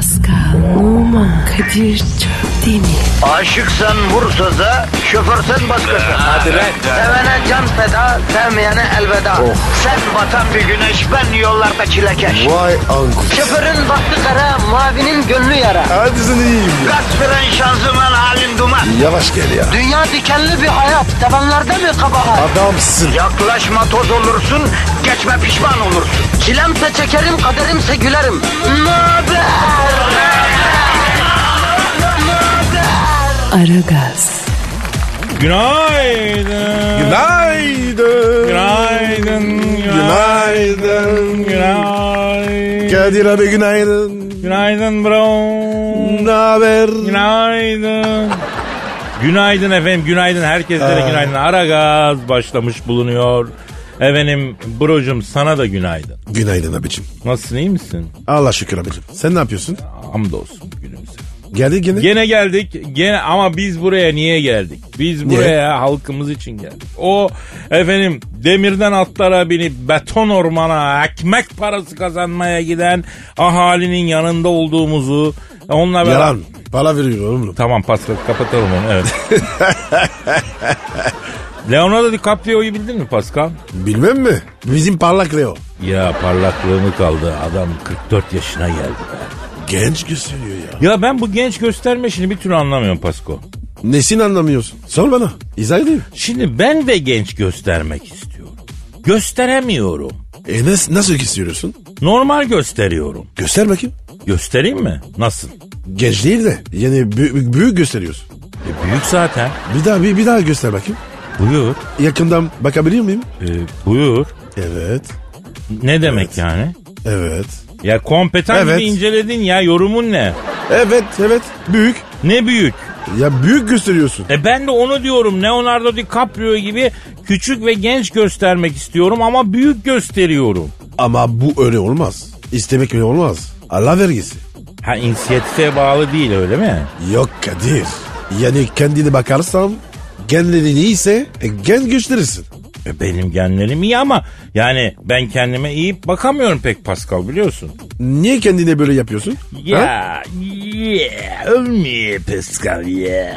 Pascal, Oman, Kadir çok değil mi? Aşıksan vursa da, şoförsen başkasın. Hadi lan. Sevene can feda, sevmeyene elveda. Sen batan bir güneş, ben yollarda çilekeş. Vay anku. Şoförün baktı kara, mavinin gönlü yara. Hadi sen iyiyim ya. Kasperen şanzıman halin duman. Yavaş gel ya. Dünya dikenli bir hayat, sevenlerde mi kabahar? Adamsın. Yaklaşma toz olursun, geçme pişman olursun. Çilemse çekerim, kaderimse gülerim. Möber! Aragaz, Günaydın. Günaydın. Günaydın. Günaydın. Günaydın. Kadir abi günaydın. Günaydın bro. Ne haber? Günaydın. Günaydın efendim. Günaydın. Herkeslere günaydın. Aragaz başlamış bulunuyor. Efendim brocum sana da günaydın. Günaydın abicim. Nasılsın, iyi misin? Allah şükür abicim. Sen ne yapıyorsun? Hamdolsun günümüze. Geldik gene. Gene geldik. Gene ama biz buraya niye geldik? Biz buraya halkımız için geldik. O efendim demirden atlara binip beton ormana ekmek parası kazanmaya giden ahalinin yanında olduğumuzu onunla beraber... Yalan. Para veriyor oğlum. Tamam Pascal, kapatalım onu, evet. Leonardo DiCaprio'yu bildin mi Pascal? Bilmem mi? Bizim parlak Leo. Ya parlaklığını kaldı, adam 44 yaşına geldi be. Genç gösteriyor ya. Ya ben bu genç gösterme işini bir türlü anlamıyorum Pasko. Nesini anlamıyorsun? Sor bana. İzah edeyim. Şimdi ben de genç göstermek istiyorum. Gösteremiyorum. Nasıl gösteriyorsun? Normal gösteriyorum. Göster bakayım. Göstereyim mi? Nasıl? Genç değil de yani büyük gösteriyorsun. Büyük zaten. Bir daha göster bakayım. Buyur. Yakından bakabiliyor muyum? Buyur. Evet. Ne demek yani? Evet. Ya kompetan Evet. gibi inceledin ya, yorumun ne? Evet. Büyük. Ne büyük? Ya büyük gösteriyorsun. Ben de onu diyorum, Leonardo DiCaprio gibi küçük ve genç göstermek istiyorum ama büyük gösteriyorum. Ama bu öyle olmaz. İstemek öyle olmaz. Allah vergisi. Ha, inisiyatife bağlı değil, öyle mi? Yok Kadir. Yani kendine bakarsan genlerin iyiyse gen gösterirsin. Benim genlerim iyi ama yani ben kendime iyi bakamıyorum pek Pascal, biliyorsun. Niye kendine böyle yapıyorsun? Ha? Ya ölmüyor Pascal ya.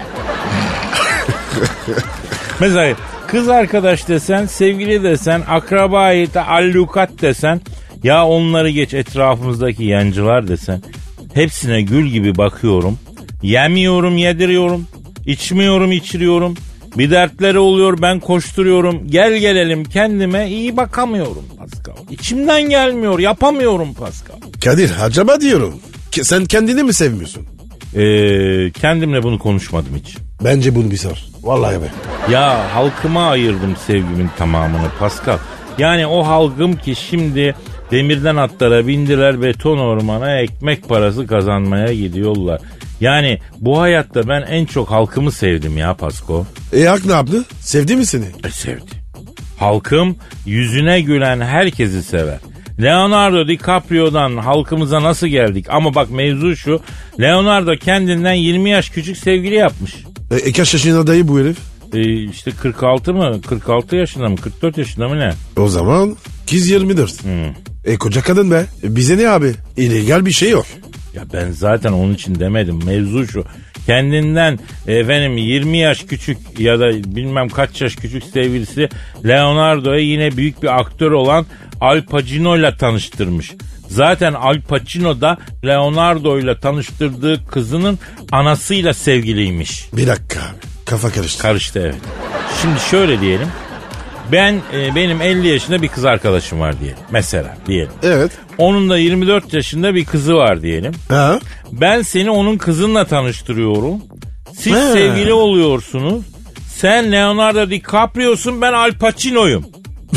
Mesela kız arkadaş desen, sevgili desen, akrabayı allukat desen, ya onları geç, etrafımızdaki yancılar desen, hepsine gül gibi bakıyorum. Yemiyorum, yediriyorum. İçmiyorum, içiriyorum. Bir dertleri oluyor, ben koşturuyorum. Gel gelelim, kendime iyi bakamıyorum Pascal. İçimden gelmiyor, yapamıyorum Pascal. Kadir acaba diyorum. Sen kendini mi sevmiyorsun? Kendimle bunu konuşmadım hiç. Bence bunu bir sor. Vallahi be. Ya halkıma ayırdım sevgimin tamamını Pascal. Yani o halkım ki şimdi demirden atlara bindiler, beton ormana ekmek parası kazanmaya gidiyorlar. Yani bu hayatta ben en çok halkımı sevdim ya Pasko. Hak ne yaptı? Sevdi mi seni? Sevdi. Halkım yüzüne gülen herkesi sever. Leonardo DiCaprio'dan halkımıza nasıl geldik? Ama bak mevzu şu. Leonardo kendinden 20 yaş küçük sevgili yapmış. Kaç yaşında dayı bu herif? İşte 46 mı? 46 yaşında mı? 44 yaşında mı ne? O zaman kız 24. Koca kadın be. Bize ne abi? İllegal bir şey yok. Ya ben zaten onun için demedim. Mevzu şu. Kendinden 20 yaş küçük ya da bilmem kaç yaş küçük sevgilisi Leonardo'ya yine büyük bir aktör olan Al Pacino ile tanıştırmış. Zaten Al Pacino da Leonardo ile tanıştırdığı kızının anasıyla sevgiliymiş. Bir dakika abi. Kafa karıştı. Karıştı, evet. Şimdi şöyle diyelim. Benim 50 yaşında bir kız arkadaşım var diyelim. Mesela diyelim. Evet. Onun da 24 yaşında bir kızı var diyelim. Ha? Ben seni onun kızınla tanıştırıyorum. Siz sevgili oluyorsunuz. Sen Leonardo DiCaprio'sun, ben Al Pacino'yum.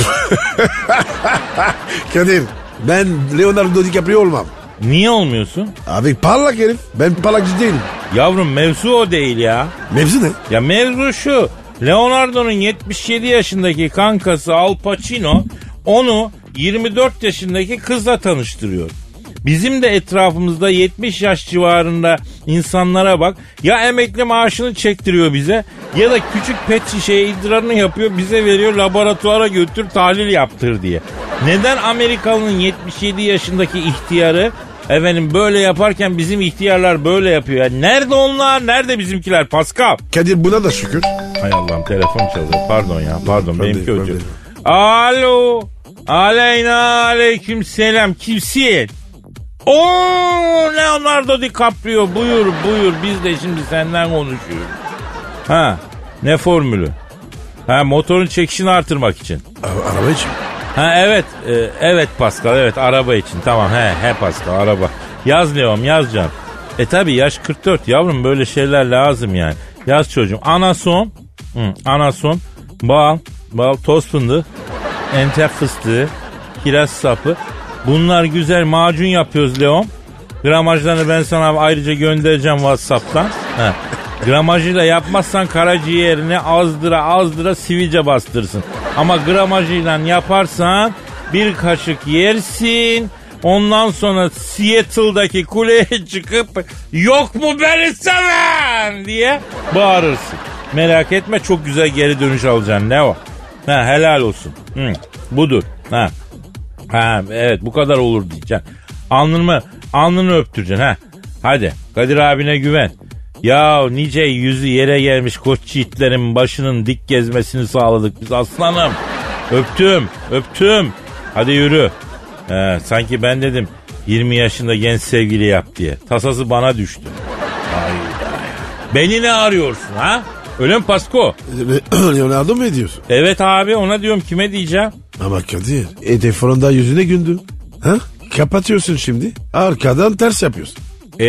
Kadir, ben Leonardo DiCaprio olmam. Niye olmuyorsun? Abi parlak herif. Ben parlakçı değilim. Yavrum mevzu o değil ya. Mevzu ne? Ya mevzu şu. Leonardo'nun 77 yaşındaki kankası Al Pacino onu 24 yaşındaki kızla tanıştırıyor. Bizim de etrafımızda 70 yaş civarında insanlara bak. Ya emekli maaşını çektiriyor bize ya da küçük pet şişeye idrarını yapıyor, bize veriyor, laboratuvara götür tahlil yaptır diye. Neden Amerikalı'nın 77 yaşındaki ihtiyarı Efendim böyle yaparken bizim ihtiyarlar böyle yapıyor. Ya. Nerede onlar? Nerede bizimkiler Pascal? Kadir buna da şükür. Hay Allah'ım telefon çalıyor. Pardon ya pardon benimki değil, ötüyor. Alo. Aleyna aleyküm selam. Kimsin? Oo Leonardo DiCaprio buyur biz de şimdi senden konuşuyoruz. Ha ne formülü? Ha motorun çekişini artırmak için. Araba için. Ha evet Pascal evet araba için tamam he Pascal araba. Yaz Leon yaz can. Tabi yaş 44 yavrum böyle şeyler lazım yani. Yaz çocuğum anason bal toz fındığı entek fıstığı kiraz sapı. Bunlar güzel macun yapıyoruz Leon. Gramajlarını ben sana ayrıca göndereceğim WhatsApp'tan. He. Gramajıyla yapmazsan karaciğerine azdıra sivilce bastırsın. Ama gramajıyla yaparsan bir kaşık yersin. Ondan sonra Seattle'daki kuleye çıkıp yok mu beni seven diye bağırırsın. Merak etme çok güzel geri dönüş alacaksın. Ne o? Ha, helal olsun. Budur. Ha, evet bu kadar olur diyeceksin. Alnını öptüreceksin. Ha. Hadi Kadir abine güven. Ya nice yüzü yere gelmiş koç yiğitlerin başının dik gezmesini sağladık biz aslanım. Öptüm. Hadi yürü. Sanki ben dedim 20 yaşında genç sevgili yap diye. Tasası bana düştü. Hayda. Beni ne arıyorsun ha? Öyle mi Pasko? Leonardo mu ediyorsun? Evet abi ona diyorum kime diyeceğim? Ama Kadir telefonunda yüzüne güldü. Ha? Kapatıyorsun şimdi. Arkadan ters yapıyorsun.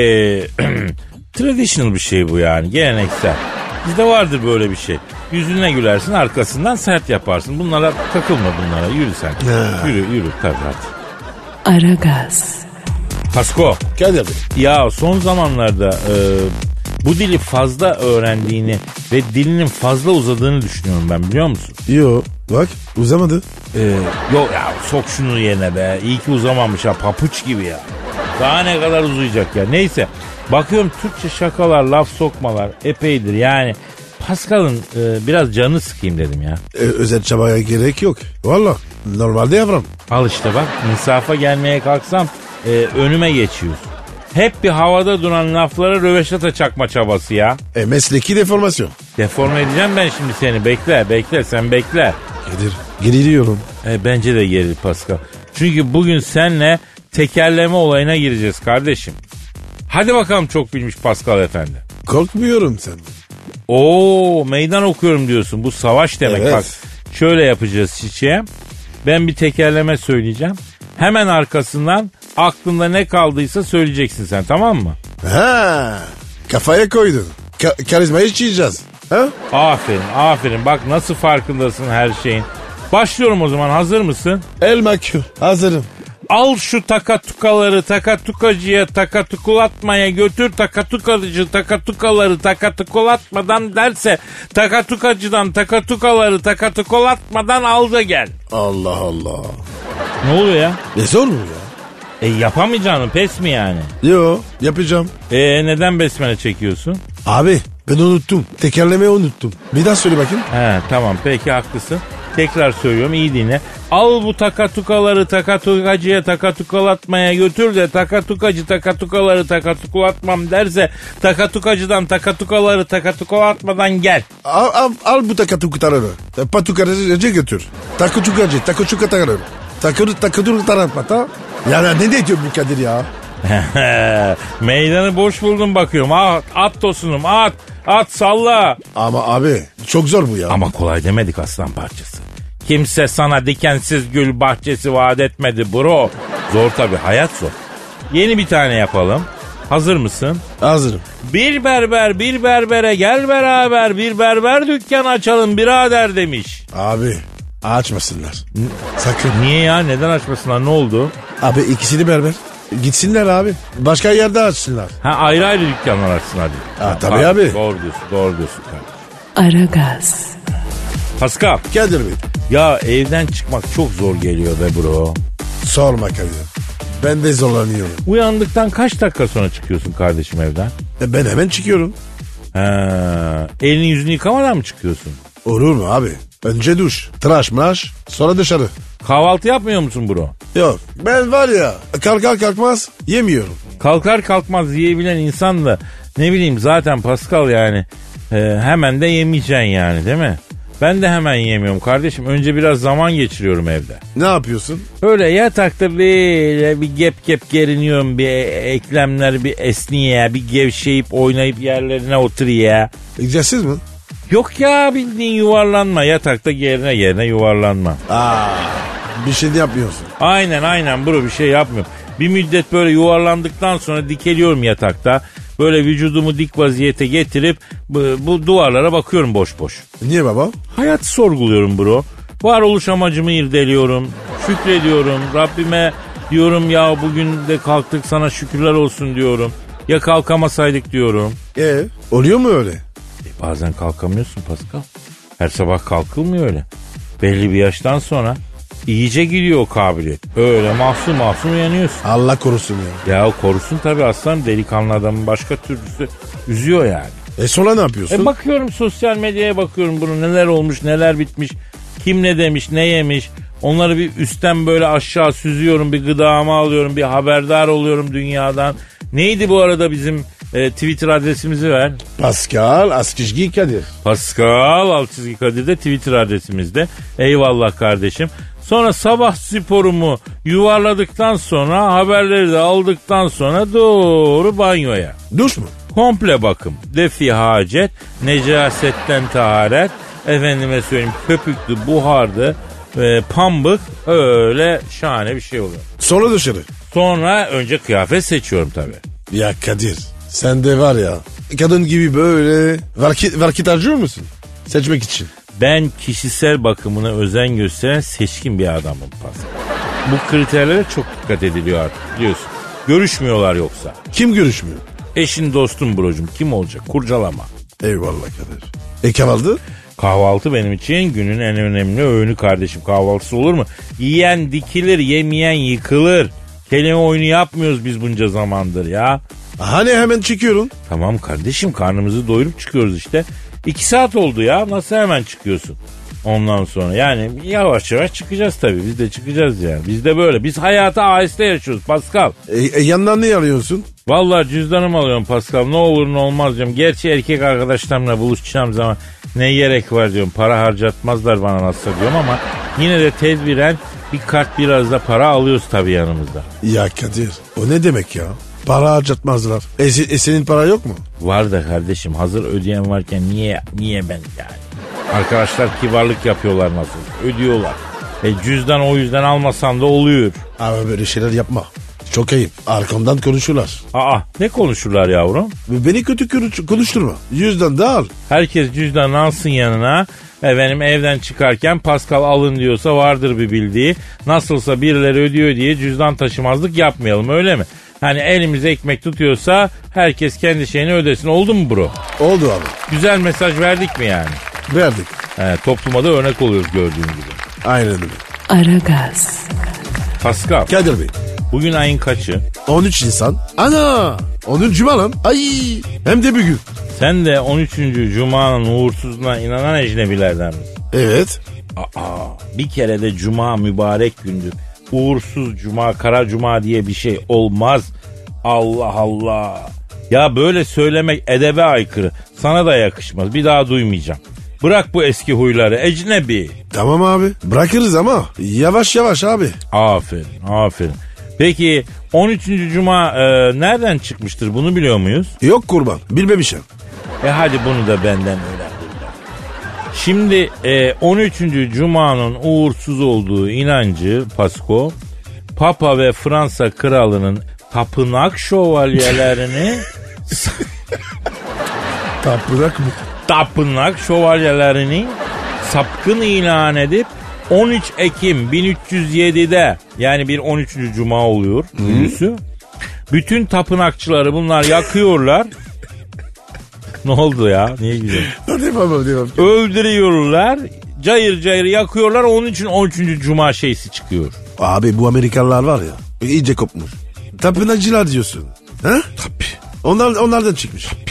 Traditional bir şey bu yani geleneksel. Bizde vardır böyle bir şey. Yüzüne gülersin arkasından sert yaparsın. Bunlara takılma bunlara yürü sen. Yürü tabii hadi. Aragaz. Pasko. Kadir Bey. Ya son zamanlarda bu dili fazla öğrendiğini ve dilinin fazla uzadığını düşünüyorum ben biliyor musun? Yo bak uzamadı. Yok ya sok şunu yerine be. İyi ki uzamamış ha papuç gibi ya. Daha ne kadar uzayacak ya. Neyse bakıyorum Türkçe şakalar laf sokmalar epeydir yani. Pascal'ın biraz canını sıkayım dedim ya. Özel çabaya gerek yok. Valla normalde yavrum. Al işte bak insafa gelmeye kalksam önüme geçiyorsun. Hep bir havada duran laflara röveşata çakma çabası ya. Mesleki deformasyon. Deforme edeceğim ben şimdi seni bekle sen bekle. Kadir geriliyorum. Bence de geril Pascal. Çünkü bugün seninle tekerleme olayına gireceğiz kardeşim. Hadi bakalım çok bilmiş Pascal efendi. Korkmuyorum senden. Oo meydan okuyorum diyorsun. Bu savaş demek evet. Bak. Şöyle yapacağız çiçeğim. Ben bir tekerleme söyleyeceğim. Hemen arkasından aklında ne kaldıysa söyleyeceksin sen tamam mı? Ha, kafaya koydun. Karizmayı çiğeceğiz. Ha? Aferin. Bak nasıl farkındasın her şeyin. Başlıyorum o zaman hazır mısın? El makul. Hazırım. Al şu takatukaları takatukacıya takatukulatmaya götür takatukacı takatukaları takatukulatmadan derse takatukacıdan takatukaları takatukulatmadan al da gel. Allah Allah. Ne oluyor ya? Ne zor mu ya? Yapamayacağını pes mi yani? Yo yapacağım. Neden besmele çekiyorsun? Abi ben unuttum. Tekerlemeyi unuttum. Bir daha söyle bakayım. Tamam peki haklısın. Tekrar söylüyorum iyi dinle. Al bu takatukaları takatukacıya takatukalatmaya götür de takatukacı takatukaları takatukulatmam derse takatukacıdan takatukaları takatukulatmadan gel. Al bu takatukaları. Patukacıya götür. Takatukaları. Takatukaları. Ya ne diyor bu Kadir ya? Meydanı boş buldum bakıyorum. At tosunum at salla. Ama abi çok zor bu ya. Ama kolay demedik aslan parçası. Kimse sana dikensiz gül bahçesi vaat etmedi bro. Zor tabii hayat zor. Yeni bir tane yapalım. Hazır mısın? Hazırım. Bir berber bir berbere gel beraber bir berber dükkan açalım birader demiş. Abi açmasınlar. Sakın. Niye ya neden açmasınlar ne oldu? Abi ikisini berber. Gitsinler abi. Başka yerde açsınlar. Ayrı ayrı dükkanlar açsın hadi. Tabii abi. Doğru diyorsun. Aragaz. Pascal. Kadir Bey. Ya evden çıkmak çok zor geliyor be bro. Sorma Kadir. Ben de zorlanıyorum. Uyandıktan kaç dakika sonra çıkıyorsun kardeşim evden? Ben hemen çıkıyorum. Elini yüzünü yıkamadan mı çıkıyorsun? Olur mu abi? Önce duş, tıraş, sonra dışarı. Kahvaltı yapmıyor musun bro? Yok ben var ya kalkar kalkmaz yemiyorum. Kalkar kalkmaz yiyebilen insan da ne bileyim zaten Pascal yani hemen de yemeyeceksin yani değil mi? Ben de hemen yemiyorum kardeşim. Önce biraz zaman geçiriyorum evde. Ne yapıyorsun? Öyle yatakta böyle bir gep geriniyorum. Bir eklemler bir esniye, bir gevşeyip oynayıp yerlerine oturuyor. Egzersiz mi? Yok ya bildiğin yuvarlanma. Yatakta yerine yuvarlanma. Bir şey de yapmıyorsun. Aynen bro bir şey yapmıyorum. Bir müddet böyle yuvarlandıktan sonra dikeliyorum yatakta. Böyle vücudumu dik vaziyete getirip bu duvarlara bakıyorum boş boş. Niye baba? Hayatı sorguluyorum bro. Varoluş amacımı irdeliyorum. Şükrediyorum. Rabbime diyorum ya bugün de kalktık sana şükürler olsun diyorum. Ya kalkamasaydık diyorum. Oluyor mu öyle? Bazen kalkamıyorsun Pascal. Her sabah kalkılmıyor öyle. Belli bir yaştan sonra iyice gidiyor o kabiliyet. Öyle mahzun uyanıyorsun. Allah korusun ya. Ya korusun tabii aslanım, delikanlı adamın başka türlüsü üzüyor yani. Sonra ne yapıyorsun? Bakıyorum sosyal medyaya bakıyorum bunu neler olmuş neler bitmiş. Kim ne demiş ne yemiş. Onları bir üstten böyle aşağı süzüyorum, bir gıdamı alıyorum, bir haberdar oluyorum dünyadan. Neydi bu arada bizim Twitter adresimizi ver. Pascal Askizgi Kadir. Pascal Askizgi Kadir de Twitter adresimizde. Eyvallah kardeşim. Sonra sabah sporumu yuvarladıktan sonra haberleri de aldıktan sonra doğru banyoya. Duş mu? Komple bakım, defi hacet, necasetten taharet, efendime söyleyeyim köpüklü, buhardı, pambık, öyle şahane bir şey oluyor. Sonra dışarı. Sonra önce kıyafet seçiyorum tabii. Ya Kadir sen de var ya kadın gibi böyle vakit harcıyor musun seçmek için? Ben kişisel bakımına özen gösteren seçkin bir adamım Pascal. Bu kriterlere çok dikkat ediliyor artık biliyorsun. Görüşmüyorlar yoksa. Kim görüşmüyor? Eşin dostun brocum, kim olacak? Kurcalama. Eyvallah Kadir. Kahvaltı? Kahvaltı benim için günün en önemli öğünü kardeşim. Kahvaltısı olur mu? Yiyen dikilir, yemeyen yıkılır. Kelime oyunu yapmıyoruz biz bunca zamandır ya. Hani hemen çıkıyorum. Tamam kardeşim, karnımızı doyurup çıkıyoruz işte. 2 saat oldu ya, nasıl hemen çıkıyorsun? Ondan sonra yani yavaş yavaş çıkacağız tabii. Biz de çıkacağız yani. Biz de böyle. Biz hayatı aheste yaşıyoruz Pascal. Yandan ne arıyorsun? Vallahi cüzdanımı alıyorum Pascal. Ne olur ne olmaz diyorum. Gerçi erkek arkadaşlarımla buluşacağım zaman ne gerek var diyorum. Para harcatmazlar bana nasıl diyorum ama yine de tedbiren bir kart biraz da para alıyoruz tabii yanımızda. Ya Kadir o ne demek ya? Para harcatmazlar. Senin para yok mu? Var da kardeşim, hazır ödeyen varken niye ben yani? Arkadaşlar kibarlık yapıyorlar nasıl? Ödüyorlar. Cüzdan o yüzden almasam da oluyor. Ama böyle şeyler yapma. Çok ayıp. Arkamdan konuşurlar. Ne konuşurlar yavrum? Beni kötü konuşturma. Yüzden de al. Herkes cüzdan alsın yanına. Benim evden çıkarken Pascal alın diyorsa vardır bir bildiği. Nasılsa birileri ödüyor diye cüzdan taşımazlık yapmayalım, öyle mi? Hani elimiz ekmek tutuyorsa herkes kendi şeyini ödesin. Oldu mu bro? Oldu abi. Güzel mesaj verdik mi yani? Verdik. Topluma da örnek oluyoruz gördüğün gibi. Aynen öyle. Aragaz. Pascal. Kadir Bey. Bugün ayın kaçı? 13 Nisan. Ana! 10. Cuma lan. Ay! Hem de bugün. Sen de 13. Cuma'nın uğursuzluğuna inanan ecnebilerden misin? Evet. Bir kere de Cuma mübarek gündür. Uğursuz Cuma, kara Cuma diye bir şey olmaz. Allah Allah. Ya böyle söylemek edebe aykırı. Sana da yakışmaz. Bir daha duymayacağım. Bırak bu eski huyları ecnebi. Tamam abi. Bırakırız ama yavaş yavaş abi. Aferin. Peki 13. Cuma nereden çıkmıştır, bunu biliyor muyuz? Yok kurban. Bilmemişim. Hadi bunu da benden öğren. Şimdi 13. Cuma'nın uğursuz olduğu inancı Pasko, Papa ve Fransa kralının tapınak şövalyelerini tapınak şövalyelerini sapkın ilan edip 13 Ekim 1307'de yani bir 13. Cuma oluyor günüsü. Bütün tapınakçıları bunlar yakıyorlar. Ne oldu ya? Niye güzel? Devam. Öldürüyorlar. Cayır cayır yakıyorlar. Onun için 13. Cuma şeysi çıkıyor. Abi bu Amerikalılar var ya iyice kopmuş. Tapınakçılar diyorsun. Ha? Tabii. Onlardan çıkmış. Tabii.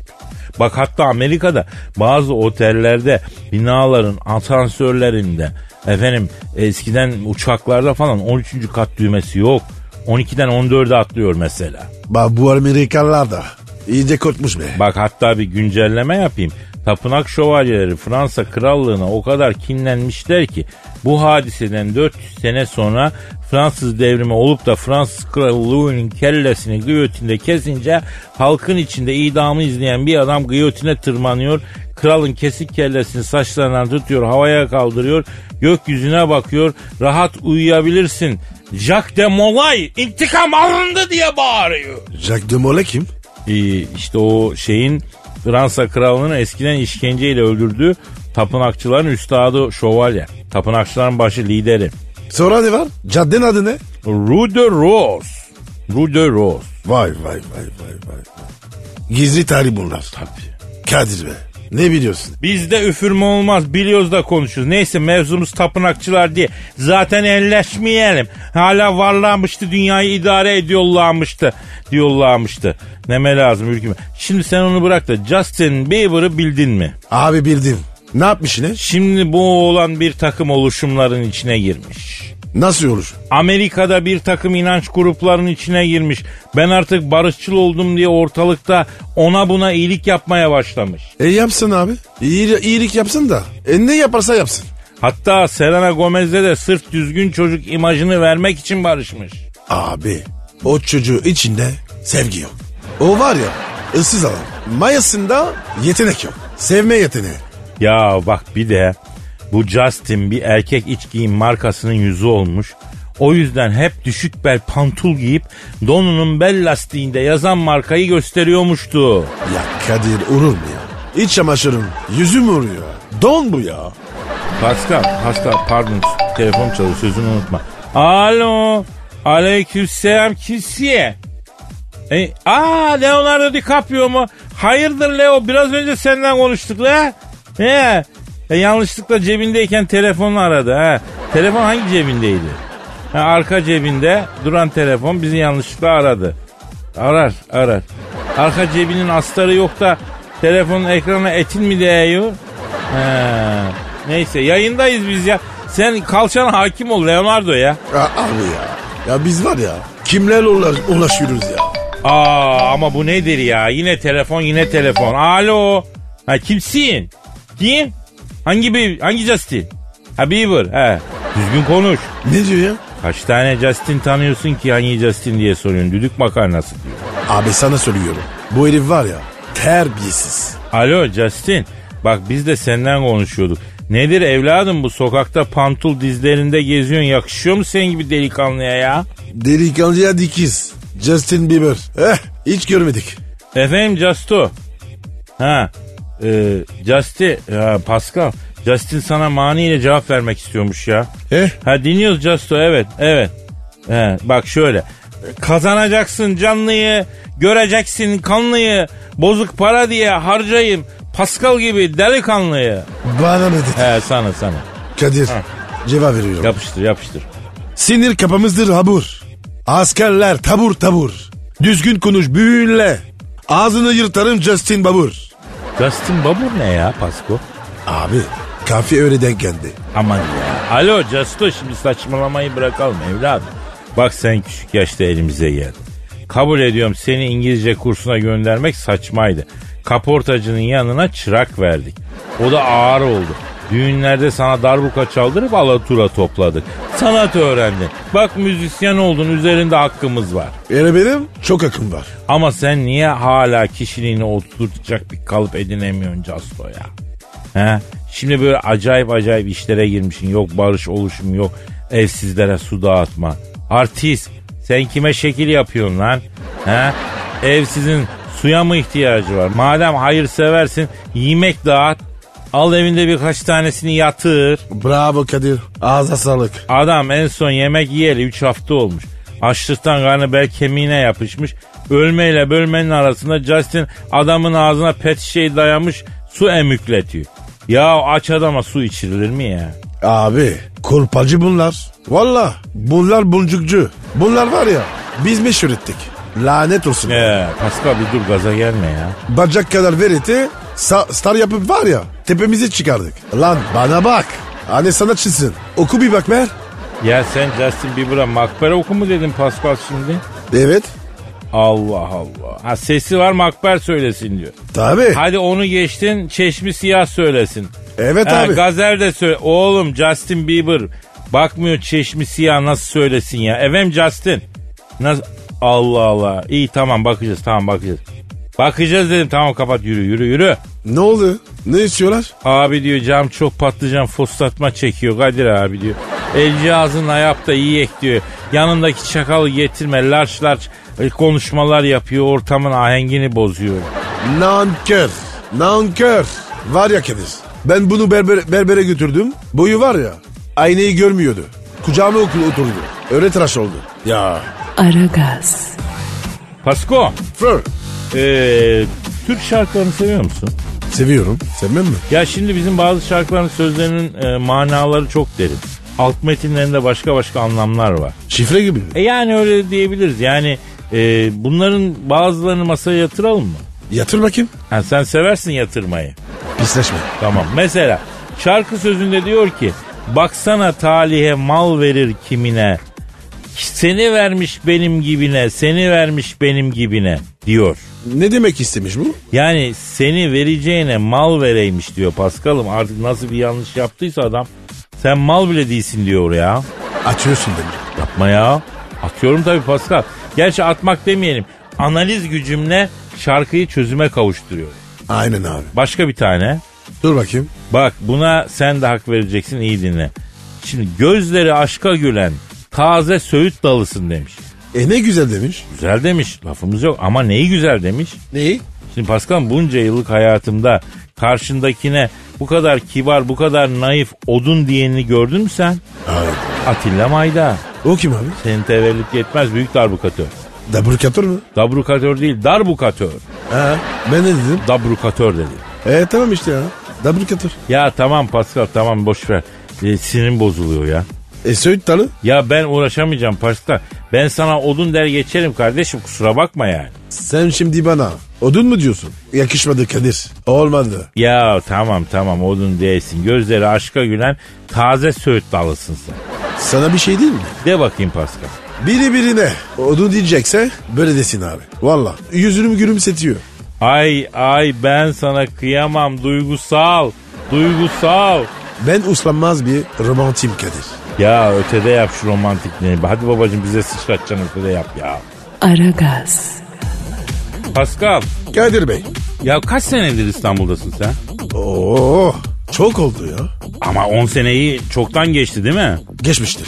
Bak hatta Amerika'da bazı otellerde binaların asansörlerinde Efendim eskiden uçaklarda falan 13. kat düğmesi yok. 12'den 14'e atlıyor mesela. Bak bu Amerikalılar da iyice korkmuş be. Bak hatta bir güncelleme yapayım. Tapınak şövalyeleri Fransa krallığına o kadar kinlenmişler ki bu hadiseden 400 sene sonra Fransız devrimi olup da Fransız kralı Louis'nin kellesini giyotinde kesince halkın içinde idamı izleyen bir adam giyotine tırmanıyor. Kralın kesik kellesini saçlarından tutuyor, havaya kaldırıyor, gökyüzüne bakıyor, rahat uyuyabilirsin. Jacques de Molay intikam alındı diye bağırıyor. Jacques de Molay kim? İşte o şeyin Fransa kralının eskiden işkenceyle öldürdüğü tapınakçıların üstadı şövalye. Tapınakçıların başı lideri. Sonra ne var? Caddenin adı ne? Rue de Rose. Rue de Rose. Vay. Gizli tarih bunlar. Tabii. Kadir be. Ne biliyorsun? Bizde üfürme olmaz, biliyoruz da konuşuruz. Neyse mevzumuz tapınakçılar diye. Zaten elleşmeyelim. Hala varlarmıştı, dünyayı idare diyorlarmıştı. Neme lazım ülkeme. Şimdi sen onu bırak da Justin Bieber'ı bildin mi? Abi bildim. Ne yapmış yine? Şimdi bu oğlan bir takım oluşumların içine girmiş. Nasıl olur? Amerika'da bir takım inanç gruplarının içine girmiş. Ben artık barışçıl oldum diye ortalıkta ona buna iyilik yapmaya başlamış. Yapsın abi. İyilik yapsın da. Ne yaparsa yapsın. Hatta Selena Gomez'le de sırf düzgün çocuk imajını vermek için barışmış. Abi o çocuğu içinde sevgi yok. O var ya ıssız adam. Mayasında yetenek yok. Sevme yeteneği. Ya bak bir de bu Justin bir erkek iç giyim markasının yüzü olmuş. O yüzden hep düşük bel pantul giyip donunun bel lastiğinde yazan markayı gösteriyormuştu. Ya Kadir olur mu ya? İç çamaşırın yüzü mü oluyor? Don bu ya. Pascal pardon telefon çalıyor sözünü unutma. Alo aleykümselam kimsiye? Leonardo DiCaprio mu? Hayırdır Leo biraz önce senden konuştuk la. Yanlışlıkla cebindeyken telefonunu aradı. Telefon hangi cebindeydi? Arka cebinde duran telefon bizi yanlışlıkla aradı. Arar. Arka cebinin astarı yok da telefonun ekranına etin mi değiyor? Neyse yayındayız biz ya. Sen kalçana hakim ol Leonardo ya. Abi ya. Ya biz var ya kimlerle ulaşıyoruz ya. Ama bu nedir ya? Yine telefon. Alo. Kimsin? Kim? Hangi Justin? Bieber. Düzgün konuş. Ne diyor ya? Kaç tane Justin tanıyorsun ki hangi Justin diye soruyorsun. Düdük makarnası diyor. Abi sana söylüyorum. Bu herif var ya terbiyesiz. Alo Justin. Bak biz de senden konuşuyorduk. Nedir evladım bu sokakta pantul dizlerinde geziyorsun. Yakışıyor mu senin gibi delikanlıya ya? Delikanlıya dikiz. Justin Bieber. Hiç görmedik. Efendim Justo. Justin. Pascal. Justin sana maniyle cevap vermek istiyormuş ya. Dinliyoruz Justo evet. Bak şöyle. Kazanacaksın canlıyı, göreceksin kanlıyı, bozuk para diye harcayayım. Pascal gibi delikanlıyı. Bana mı dedi? Sana. Kadir cevap veriyorum. Yapıştır. Sinir kapımızdır habur. Askerler tabur. Düzgün konuş büyünle. Ağzını yırtarım Justin Babur. Justin Babur ne ya Pasko? Abi kafi öyle denk geldi. Aman ya. Alo Justo şimdi saçmalamayı bırakalım evladım. Bak sen küçük yaşta elimize geldin. Kabul ediyorum seni İngilizce kursuna göndermek saçmaydı. Kaportacının yanına çırak verdik. O da ağır oldu. Düğünlerde sana darbuka çaldırıp alatura topladık. Sanat öğrendin. Bak müzisyen oldun üzerinde hakkımız var. Benim çok hakkım var. Ama sen niye hala kişiliğini oturtacak bir kalıp edinemiyorsun Casto ya? Şimdi böyle acayip işlere girmişsin. Yok barış oluşum yok. Evsizlere su dağıtma. Artist sen kime şekil yapıyorsun lan? Evsizin suya mı ihtiyacı var? Madem hayırseversin yemek dağıt. Al evinde birkaç tanesini yatır. Bravo Kadir. Ağza sağlık. Adam en son yemek yiyeli 3 hafta olmuş. Açlıktan karnı bel kemiğine yapışmış. Ölmeyle bölmenin arasında Justin adamın ağzına pet şişeyi dayamış su emükletiyor. Ya aç adama su içirilir mi ya? Abi kolpacı bunlar. Valla bunlar buncukcu. Bunlar var ya biz meşhur ettik. Lanet olsun. Pascal bir dur gaza gelme ya. Bacak kadar veriti star yapıp var ya tepemizi çıkardık. Lan bana bak. Hani sanatçısın. Oku bir bak Mer. Ya sen Justin Bieber'a Makber oku mu dedin Pascal şimdi? Evet. Allah Allah. Ha sesi var Makber söylesin diyor. Tabii. Hadi onu geçtin Çeşmi Siyah söylesin. Evet Ha, abi. Gazel de söyle. Oğlum Justin Bieber bakmıyor Çeşmi Siyah nasıl söylesin ya. Efendim Justin. Nasıl? Allah Allah. İyi tamam bakacağız tamam bakacağız. Bakacağız dedim tamam kapat yürü. Ne oldu? Ne istiyorlar? Abi diyor cam çok patlıcan fosfatma çekiyor Kadir abi diyor. El cihazını yap da yiyek diyor. Yanındaki çakalı getirme larç konuşmalar yapıyor ortamın ahengini bozuyor. Nankör. Var ya Kadir. Ben bunu berbere götürdüm. Boyu var ya aynayı görmüyordu. Kucağıma oturdu. Öyle tıraş oldu. Ya. Aragaz. Pasko. Fır. Türk şarkılarını seviyor musun? Seviyorum. Sevmem mi? Ya şimdi bizim bazı şarkıların sözlerinin manaları çok derin. Alt metinlerinde başka anlamlar var. Şifre gibi mi? Yani öyle diyebiliriz. Yani bunların bazılarını masaya yatıralım mı? Yatır bakayım. Ha, sen seversin yatırmayı. Pisleşme. Tamam. Mesela şarkı sözünde diyor ki baksana talihe mal verir kimine. Seni vermiş benim gibine, seni vermiş benim gibine diyor. Ne demek istemiş bu? Yani seni vereceğine mal vereymiş diyor Paskal'ım. Artık nasıl bir yanlış yaptıysa adam sen mal bile değilsin diyor ya. Atıyorsun demiş. Yapma ya. Atıyorum tabii Paskal. Gerçi atmak demeyelim. Analiz gücümle şarkıyı çözüme kavuşturuyor. Aynen abi. Başka bir tane. Dur bakayım. Bak buna sen de hak vereceksin iyi dinle. Şimdi gözleri aşka gülen taze söğüt dalısın demiş. Ne güzel demiş. Güzel demiş lafımız yok ama neyi güzel demiş. Neyi? Şimdi Pascal bunca yıllık hayatımda karşındakine bu kadar kibar bu kadar naif odun diyenini gördün mü sen? Hayır. Atilla Mayda. O kim abi? Senin tevellüt yetmez büyük darbukatör. Dabrukatör mü? Dabrukatör değil darbukatör. Ha, ben ne dedim? Dabrukatör dedi. Tamam işte ya. Dabrukatör. Ya tamam Pascal tamam boş ver. Sinirim bozuluyor ya. Söğüt dalı? Ya ben uğraşamayacağım Pascal. Ben sana odun der geçerim kardeşim kusura bakma yani. Sen şimdi bana odun mu diyorsun? Yakışmadı Kadir. Olmadı. Ya tamam odun değilsin. Gözleri aşka gülen taze söğüt dalısın sen. Sana bir şey değil mi? De bakayım Pascal. Biri birine odun diyecekse böyle desin abi. Valla yüzünü gülümsetiyor. Ay ben sana kıyamam duygusal. Ben uslanmaz bir romantim Kadir. Ya ötede yap şu romantikliğini. Hadi babacığım bize sıçratacaksın ötede yap ya. Aragaz. Pascal. Kadir Bey. Ya kaç senedir İstanbul'dasın sen? Oo, çok oldu ya. Ama 10 seneyi çoktan geçti değil mi? Geçmiştir.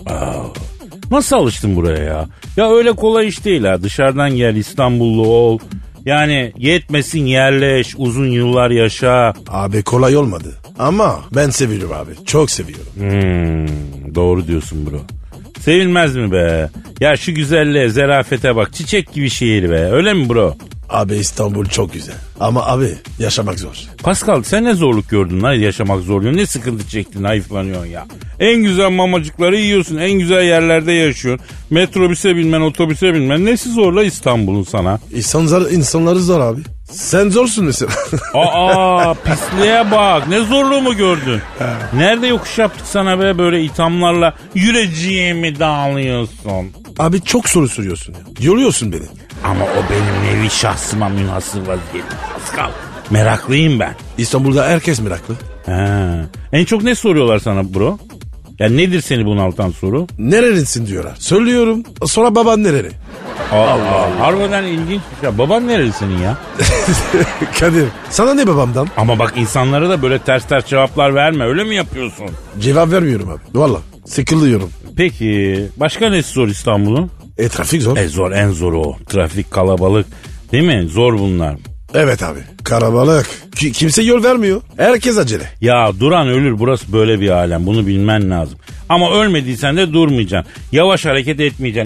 Nasıl alıştın buraya ya? Ya öyle kolay iş değil ha. Dışarıdan gel İstanbullu ol. Yani yetmesin yerleş uzun yıllar yaşa. Abi kolay olmadı. Ama ben seviyorum abi. Çok seviyorum. Doğru diyorsun bro. Sevilmez mi be? Ya şu güzelliğe, zarafete bak. Çiçek gibi şehir be. Öyle mi bro? Abi İstanbul çok güzel. Ama abi yaşamak zor. Pascal sen ne zorluk gördün lan yaşamak zorluyor. Ne sıkıntı çektin hayıflanıyorsun ya. En güzel mamacıkları yiyorsun. En güzel yerlerde yaşıyorsun. Metrobüse binmen, otobüse binmen. Nesi zorla İstanbul'un sana? İnsanları zor abi. Sen zorsun mesela. Aa pisliğe bak. Ne zorluğumu gördün? Nerede yokuş yaptık sana be böyle ithamlarla yüreceğimi dağılıyorsun. Abi çok soru soruyorsun ya. Yoruyorsun beni. Ama o benim nevi şahsıma münhasır vaziyetim Pascal. Meraklıyım ben. İstanbul'da herkes meraklı. En çok ne soruyorlar sana bro? Ya nedir seni bunaltan soru? Nerelisin diyorlar. Söylüyorum. Sonra baban nereli? Allah. Harbiden ilginç bir şey. Baban nereli senin ya? Kadir sana ne babamdan? Ama bak insanlara da böyle ters cevaplar verme. Öyle mi yapıyorsun? Cevap vermiyorum abi. Valla sıkılıyorum. Peki başka nesi zor İstanbul'un? Trafik zor. Zor en zoru o. Trafik kalabalık. Değil mi? Zor bunlar. Evet abi. Karabalık. Kimse yol vermiyor. Herkes acele. Ya duran ölür burası böyle bir alem. Bunu bilmen lazım. Ama ölmediysen de durmayacaksın. Yavaş hareket etmeyeceksin.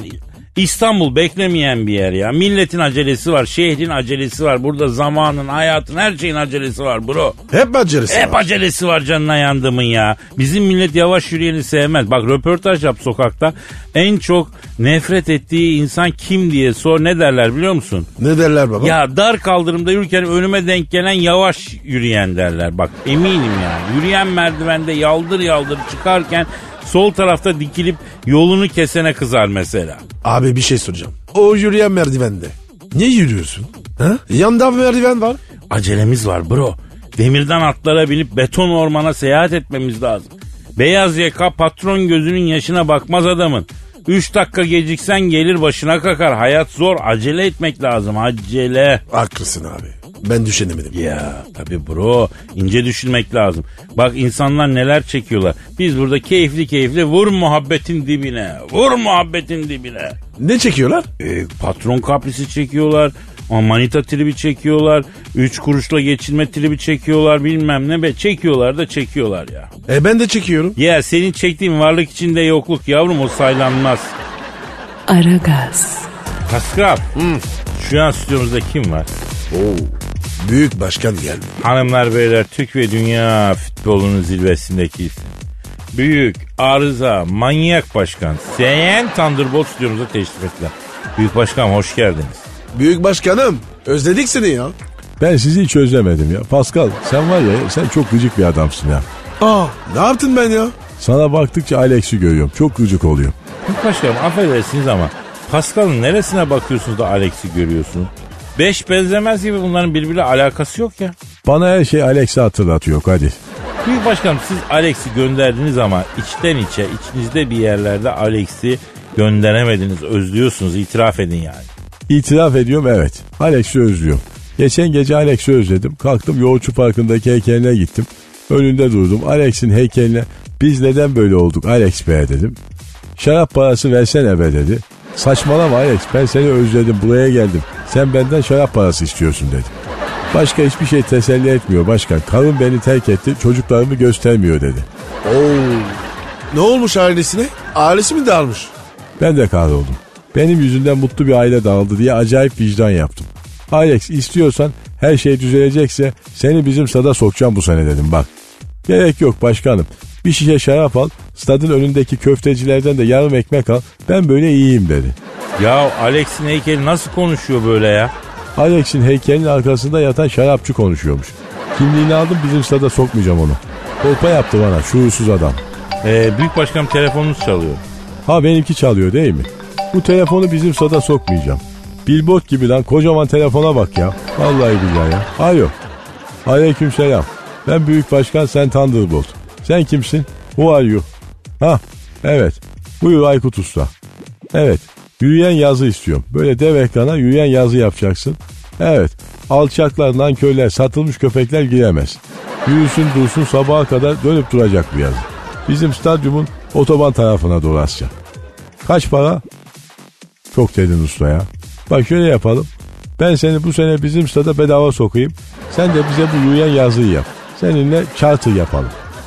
İstanbul beklemeyen bir yer ya. Milletin acelesi var, şehrin acelesi var. Burada zamanın, hayatın, her şeyin acelesi var bro. Hep acelesi Hep var. acelesi var canına yandımın ya. Bizim millet yavaş yürüyeni sevmez. Bak röportaj yap sokakta. En çok nefret ettiği insan kim diye sor, ne derler biliyor musun? Ne derler baba? Ya dar kaldırımda yürürken önüme denk gelen yavaş yürüyen derler. Bak eminim yani. Yürüyen merdivende yaldır yaldır çıkarken sol tarafta dikilip yolunu kesene kızar mesela. Abi bir şey soracağım. O yürüyen merdivende. Niye yürüyorsun? Ha? Yanda bir merdiven var. Acelemiz var bro. Demirden atlara binip beton ormana seyahat etmemiz lazım. Beyaz yaka patron gözünün yaşına bakmaz adamın. 3 dakika geciksen gelir başına kakar. Hayat zor, acele etmek lazım, acele. Haklısın abi. Ben düşünemedim. Ya tabii bro, ince düşünmek lazım. Bak insanlar neler çekiyorlar. Biz burada keyifli keyifli vur muhabbetin dibine. Vur muhabbetin dibine. Ne çekiyorlar? Patron kaprisi çekiyorlar. Manita tribi çekiyorlar. 3 kuruşla geçinme tribi çekiyorlar. Bilmem ne be. Çekiyorlar da çekiyorlar ya. Ben de çekiyorum. Ya senin çektiğin varlık içinde yokluk yavrum, o saylanmaz. Aragaz. Pascal. Şu an stüdyomuzda kim var? Büyük başkan geldi. Hanımlar beyler, Türk ve dünya futbolunun zirvesindeki isim. Büyük, arıza, manyak başkan Seyyen Thunderbolt stüdyomuza teşrif ettiler. Büyük başkanım hoş geldiniz. Büyük başkanım özledik seni ya. Ben sizi hiç özlemedim ya. Pascal sen var ya, sen çok gıcık bir adamsın ya. Ne yaptın ben ya? Sana baktıkça Alex'i görüyorum. Çok gıcık oluyorum. Büyük başkanım affedersiniz ama Pascal'ın neresine bakıyorsunuz da Alex'i görüyorsunuz? Beş benzemez gibi, bunların birbiriyle alakası yok ya. Bana her şey Alex'i hatırlatıyor Kadir. Büyük başkanım siz Alex'i gönderdiniz ama içten içe, içinizde bir yerlerde Alex'i gönderemediniz, özlüyorsunuz, itiraf edin yani. İtiraf ediyorum, evet. Alex'i özlüyorum. Geçen gece Alex'i özledim. Kalktım Yoğurtçu Parkı'ndaki heykeline gittim. Önünde durdum. Alex'in heykeline biz neden böyle olduk Alex be dedim. Şarap parası versene be dedi. Saçmalama Alex, ben seni özledim, buraya geldim. Sen benden şarap parası istiyorsun dedi. Başka hiçbir şey teselli etmiyor başkan. Karım beni terk etti, çocuklarımı göstermiyor dedi. Ne olmuş ailesine? Ailesi mi dağılmış? Ben de kahroldum. Benim yüzümden mutlu bir aile dağıldı diye acayip vicdan yaptım. Alex, istiyorsan her şey düzelecekse seni bizim stada sokacağım bu sene dedim bak. Gerek yok başkanım. Bir şişe şarap al, stadın önündeki köftecilerden de yarım ekmek al, ben böyle iyiyim dedi. Ya Alex'in heykeli nasıl konuşuyor böyle ya? Alex'in heykelinin arkasında yatan şarapçı konuşuyormuş. Kimliğini aldım, bizim stada sokmayacağım onu. Kolpa yaptı bana şuursuz adam. Büyük başkanım telefonunuz çalıyor. Ha benimki çalıyor değil mi? Bu telefonu bizim stada sokmayacağım. Billboard gibi lan, kocaman telefona bak ya. Vallahi billahi ya. Alo. Aleykümselam. Ben Büyük Başkan, sen Thunderbolt. Sen kimsin? Who are you? Ha evet. Buyur Aykut Usta. Evet. Yürüyen yazı istiyorum. Böyle dev ekrana yürüyen yazı yapacaksın. Evet. Alçaklar, nankörler, satılmış köpekler giremez. Yürüsün dursun sabaha kadar dönüp duracak bu yazı. Bizim stadyumun otoban tarafına doğru asacağım. Kaç para? Çok dedin usta ya. Bak şöyle yapalım. Ben seni bu sene bizim stada bedava sokayım. Sen de bize bu yürüyen yazıyı yap. Seninle charter yapalım.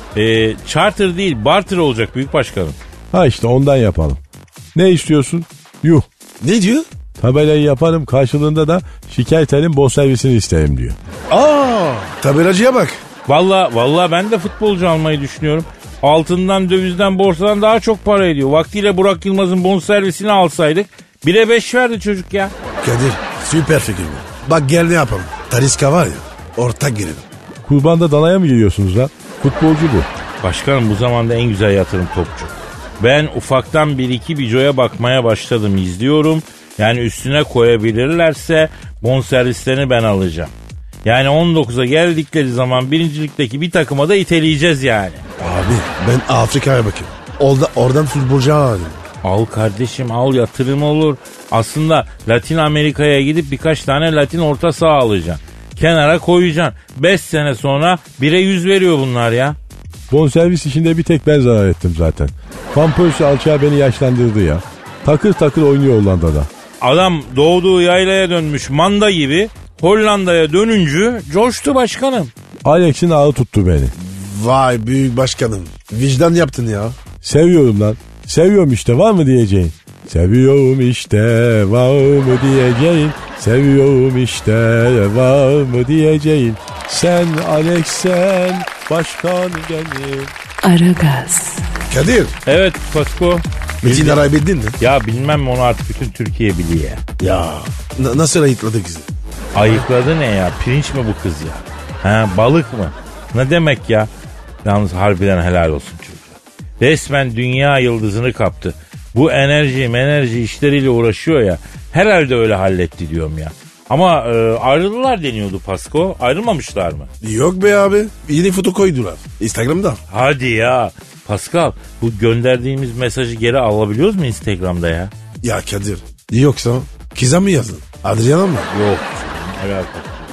Charter değil, barter olacak büyük başkanım. Ha işte ondan yapalım. Ne istiyorsun? Yuh. Ne diyor? Tabelayı yaparım, karşılığında da şikayet bonservisini isterim diyor. Tabelacıya bak. Vallahi ben de futbolcu almayı düşünüyorum. Altından, dövizden, borsadan daha çok para ediyor. Vaktiyle Burak Yılmaz'ın bonservisini alsaydık 1'e 5 verdi çocuk ya. Kadir süper fikir bu. Bak gel ne yapalım. Taliska var ya, ortak girelim. Kurbanda danaya mı giriyorsunuz lan? Futbolcu bu. Başkanım bu zamanda en güzel yatırım topçu. Ben ufaktan 1-2 bicoya bakmaya başladım, izliyorum. Yani üstüne koyabilirlerse bonservislerini ben alacağım. Yani 19'a geldikleri zaman birincilikteki bir takıma da iteleyeceğiz yani. Abi ben Afrika'ya bakayım. Oradan futbolcu alayım. Al kardeşim al, yatırım olur. Aslında Latin Amerika'ya gidip birkaç tane Latin orta saha alacaksın. Kenara koyacaksın. 5 sene sonra 1'e 100 veriyor bunlar ya. Bonservis işinde bir tek ben zarar ettim zaten. Van Persie alçağı beni yaşlandırdı ya. Takır takır oynuyor Hollanda'da. Adam doğduğu yaylaya dönmüş manda gibi Hollanda'ya dönünce coştu başkanım. Alex'in ağı tuttu beni. Vay büyük başkanım. Vicdan yaptın ya. Seviyorum lan. Seviyorum işte, var mı diyeceğin? Seviyorum işte var mı diyeceğim. Seviyorum işte var mı diyeceğim. Sen Alex sen başkan benim. Aragaz, Kadir. Evet Pasko. Metin arayı bildin mi? Ya bilmem onu artık bütün Türkiye biliyor. Ya. Nasıl ayıkladı kızı? Ayıkladı ne ya? Pirinç mi bu kız ya? Ha, balık mı? Ne demek ya? Yalnız harbiden helal olsun çocuğa. Resmen dünya yıldızını kaptı. Bu enerji işleriyle uğraşıyor ya. Herhalde öyle halletti diyorum ya. Ama ayrıldılar deniyordu Pasko. Ayrılmamışlar mı? Yok be abi. Yeni foto koydular. Instagram'da. Hadi ya. Pascal, bu gönderdiğimiz mesajı geri alabiliyoruz mu Instagram'da ya? Ya Kadir. Yoksa kıza mı yazdın? Adriana mı? Yok. Evet.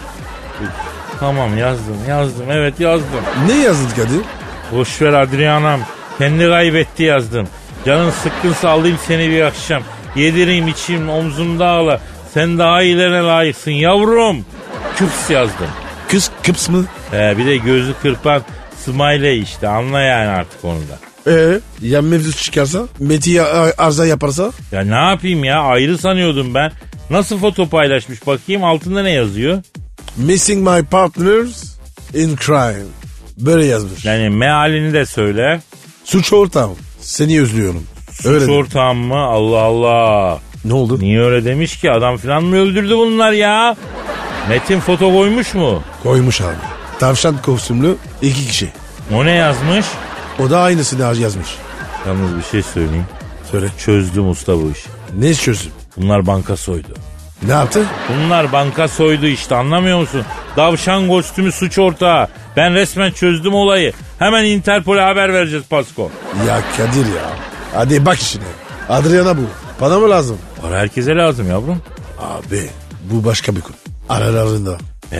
Tamam yazdım. Evet yazdım. Ne yazdın Kadir? Boşver Adriana'm. Kendi kaybetti yazdım. Canın sıkkınsa alayım seni bir akşam. Yedireyim içeyim omzumda ağla. Sen daha iyilerine layıksın yavrum. Küps yazdım. Kız kıps mı? Bir de gözü kırpan smiley işte. Anla yani artık onu da. Ya mevzu çıkarsa? Meti'ye arıza yaparsa? Ya ne yapayım ya, ayrı sanıyordum ben. Nasıl foto paylaşmış bakayım, altında ne yazıyor? Missing my partners in crime. Böyle yazmış. Yani mealini de söyle. Suç ortağım. Seni özlüyorum. Suç ortağım mı? Allah Allah. Ne oldu? Niye öyle demiş ki? Adam falan mı öldürdü bunlar ya? Metin foto koymuş mu? Koymuş abi. Tavşan kostümlü 2 kişi. O ne yazmış? O da aynısını yazmış. Yalnız bir şey söyleyeyim. Söyle. Çözdüm usta bu işi. Ne çözüm? Bunlar banka soydu. Ne yaptı? Bunlar banka soydu işte, anlamıyor musun? Davşan kostümü suç ortağı. Ben resmen çözdüm olayı. Hemen Interpol'e haber vereceğiz Pasko. Ya Kadir ya. Hadi bak işine. Adriana bu. Bana mı lazım? Para herkese lazım yavrum. Abi bu başka bir konu. Aralarında.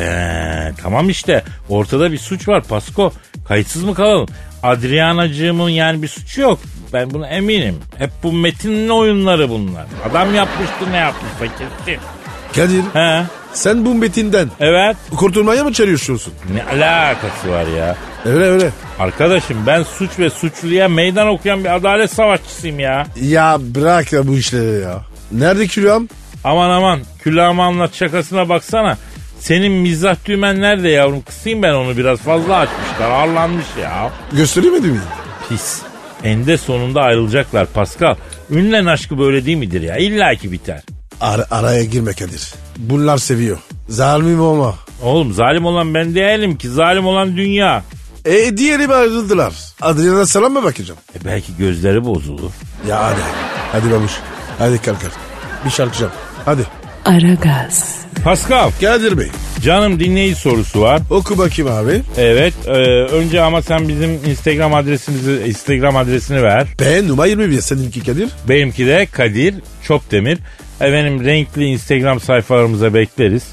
Tamam işte. Ortada bir suç var Pasko. Kayıtsız mı kalalım? Adrianacığımın yani bir suçu yok. Ben buna eminim. Hep bu Metin'in oyunları bunlar. Adam yapmıştır ne yapmışsa kesin. Kadir He? sen bu Metin'den Evet. kurtulmaya mı çalışıyorsun? Ne alakası var ya? Öyle. Arkadaşım ben suç ve suçluya meydan okuyan bir adalet savaşçısıyım ya. Ya bırak ya bu işleri ya. Nerede külahım? Aman külahımı anlat şakasına baksana. Senin mizah düğmen nerede yavrum? Kısayım ben onu, biraz fazla açmışlar. Ağırlanmış ya. Gösteremedi mi? Pis. Eninde sonunda ayrılacaklar Pascal. Ünlen aşkı böyle değil midir ya? İlla ki biter. Araya girme Kadir. Bunlar seviyor. Zalimim olma. Oğlum zalim olan ben değilim ki. Zalim olan dünya. Diğeri mi ayrıldılar? Adriana selam mı bakacağım? Belki gözleri bozulur. Ya hadi. Hadi babuş. Hadi kalk. Bir şarkı yap. Hadi. Aragaz, Pascal, Kadir Bey. canım dinleyici sorusu var. Oku bakayım abi. Evet. Önce ama sen bizim Instagram adresini ver. Ben numara 21. Seninki Kadir. Benimki de Kadir Çopdemir. Efendim renkli Instagram sayfalarımıza bekleriz.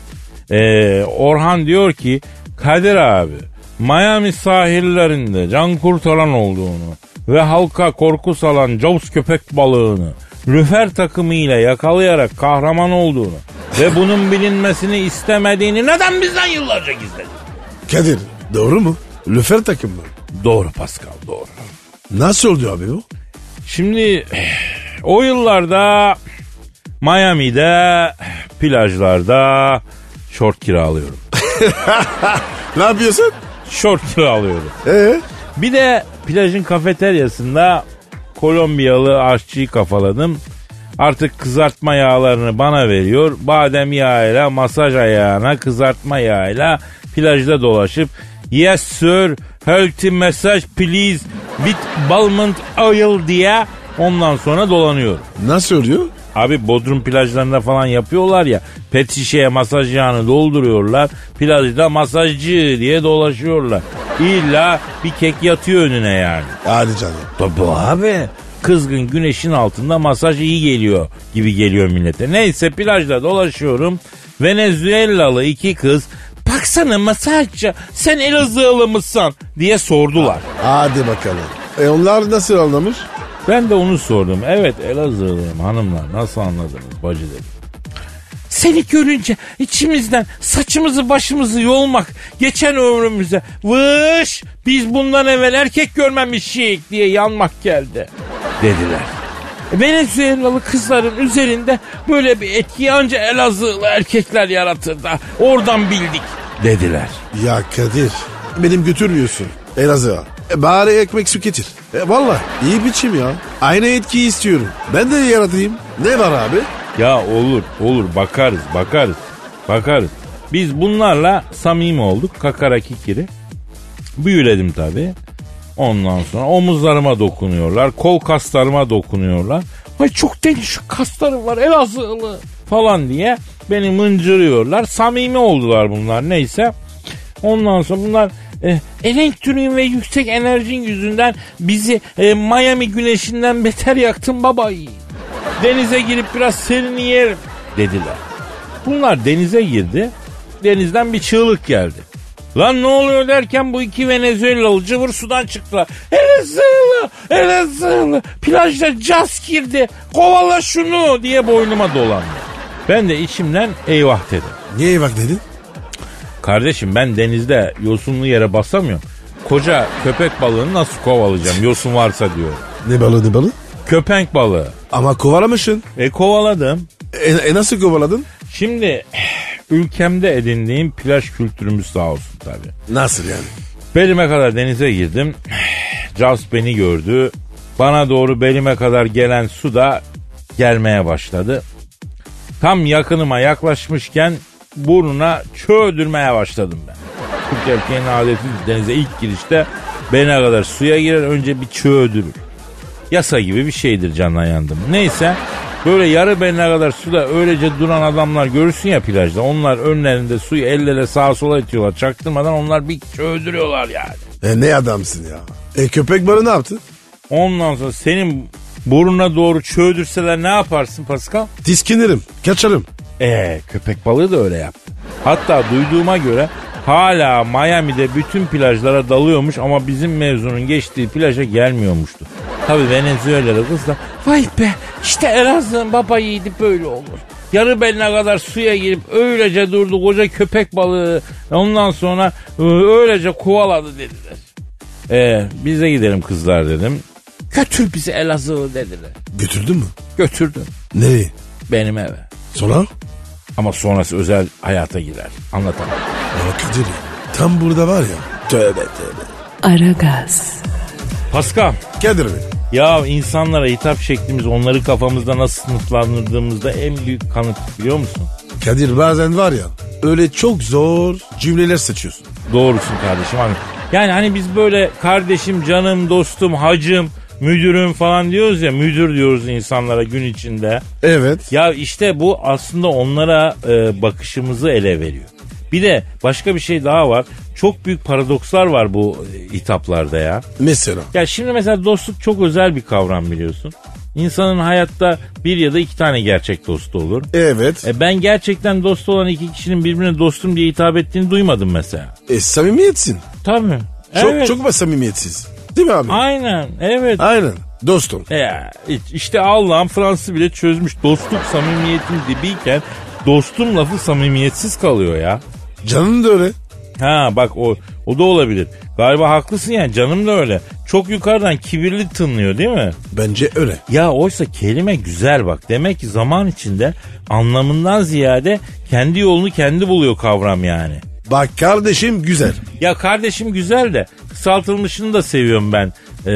Orhan diyor ki Kadir abi, Miami sahillerinde can kurtaran olduğunu ve halka korku salan Jaws köpek balığını lüfer takımıyla yakalayarak kahraman olduğunu ve bunun bilinmesini istemediğini neden bizden yıllarca gizledin? Kadir doğru mu? Lüfer takım mı? Doğru Pascal, doğru. Nasıl oldu abi bu? Şimdi o yıllarda Miami'de plajlarda şort kiralıyorum. Ne yapıyorsun? Şort kiralıyorum. Bir de plajın kafeteryasında Kolombiyalı aşçıyı kafaladım. Artık kızartma yağlarını bana veriyor. Badem yağıyla, masaj ayağına, kızartma yağıyla plajda dolaşıp yes sir, healthy massage please with almond oil diye ondan sonra dolanıyorum. Nasıl oluyor? Abi Bodrum plajlarında falan yapıyorlar ya, pet şişeye masaj yağını dolduruyorlar, plajda masajcı diye dolaşıyorlar. İlla bir kek yatıyor önüne yani. Hadi canım. Tabii abi, kızgın güneşin altında masaj iyi geliyor gibi geliyor millete. Neyse plajda dolaşıyorum, Venezuelalı iki kız baksana masajcı sen Elazığlı mısın diye sordular. Hadi bakalım. Onlar nasıl anlamış? Ben de onu sordum. Evet Elazığlıyım hanımlar, nasıl anladınız bacı dedim. Seni görünce içimizden saçımızı başımızı yolmak geçen ömrümüze vış biz bundan evvel erkek görmemişik diye yanmak geldi dediler. Venezuelalı kızların üzerinde böyle bir etkiyi anca Elazığlı erkekler yaratır da oradan bildik dediler. Ya Kadir benim götürmüyorsun Elazığ'a. Bari ekmek su getir. Vallahi iyi biçim ya. Aynı etkiyi istiyorum. Ben de yaratayım. Ne var abi? Ya olur bakarız. Biz bunlarla samimi olduk kakara kikiri. Büyüledim tabii. Ondan sonra omuzlarıma dokunuyorlar. Kol kaslarıma dokunuyorlar. Ay çok deniz kaslarım var Elazığlı falan diye beni mıncırıyorlar. Samimi oldular bunlar neyse. Ondan sonra bunlar elektriğin ve yüksek enerjin yüzünden bizi Miami güneşinden beter yaktın baba. Denize girip biraz serinleyelim dediler. Bunlar denize girdi. Denizden bir çığlık geldi. Lan ne oluyor derken bu iki Venezuelalı cıvır sudan çıktılar. Elazığlı plajda caz girdi kovala şunu diye boynuma dolandı. Ben de içimden eyvah dedim. Niye eyvah dedin? Kardeşim ben denizde yosunlu yere basamıyorum. Koca köpek balığını nasıl kovalayacağım yosun varsa diyor. Ne balığı? Köpek balığı. Ama kovalamışsın. Kovaladım. Nasıl kovaladın? Şimdi ülkemde edindiğim plaj kültürümüz sağ olsun tabii. Nasıl yani? Belime kadar denize girdim. Jaws beni gördü. Bana doğru belime kadar gelen su da gelmeye başladı. Tam yakınıma yaklaşmışken burnuna çöldürmeye başladım ben. Türk erkeğinin adeti denize ilk girişte beline kadar suya girer önce bir çöldürür. Yasa gibi bir şeydir canına yandım. Neyse böyle yarı beline kadar suda öylece duran adamlar görürsün ya plajda. Onlar önlerinde suyu ellere sağa sola itiyorlar. Çaktırmadan onlar bir çöldürüyorlar yani. Ne adamsın ya. Köpek balığı ne yaptı? Ondan sonra senin burnuna doğru çöldürseler ne yaparsın Pascal? Tiskinirim, kaçarım. Köpek balığı da öyle yaptı. Hatta duyduğuma göre hala Miami'de bütün plajlara dalıyormuş ama bizim mevzunun geçtiği plaja gelmiyormuştu. Tabii Venezuelalı kız da vay be işte Elazığ'ın baba yiğidi böyle olur. Yarı beline kadar suya girip öylece durdu koca köpek balığı ondan sonra öylece kovaladı dediler. Bize gidelim kızlar dedim. Götür bizi Elazığ dediler. Götürdün mü? Götürdüm. Nereye? Benim eve. Sonra? Ama sonrası özel hayata girer. Anlatamam. Ya Kadir tam burada var ya. Tövbe. Aragaz. Pascal. Kadir Bey. Ya insanlara hitap şeklimiz onları kafamızda nasıl sınıflandırdığımızda en büyük kanıt biliyor musun? Kadir bazen var ya öyle çok zor cümleler seçiyorsun. Doğrusun kardeşim. Yani hani biz böyle kardeşim, canım, dostum, hacım, müdürüm falan diyoruz ya, müdür diyoruz insanlara gün içinde. Evet. Ya işte bu aslında onlara bakışımızı ele veriyor. Bir de başka bir şey daha var. Çok büyük paradokslar var bu hitaplarda ya. Mesela? Ya şimdi mesela dostluk çok özel bir kavram biliyorsun. İnsanın hayatta bir ya da iki tane gerçek dostu olur. Evet. Ben gerçekten dostu olan iki kişinin birbirine dostum diye hitap ettiğini duymadım mesela. Samimiyetsin. Tabii. Çok Evet. çok samimiyetsiz. Değil mi abi? Aynen. Evet. Aynen. Dostum. Ya işte Allah'ın Fransız bile çözmüş. Dostluk samimiyetin dibiyken dostum lafı samimiyetsiz kalıyor ya. Canın da öyle. Ha bak o da olabilir. Galiba haklısın yani canım da öyle. Çok yukarıdan kibirli tınlıyor değil mi? Bence öyle. Ya oysa kelime güzel bak. Demek ki zaman içinde anlamından ziyade kendi yolunu kendi buluyor kavram yani. Bak kardeşim güzel. Ya kardeşim güzel de kısaltılmışını da seviyorum ben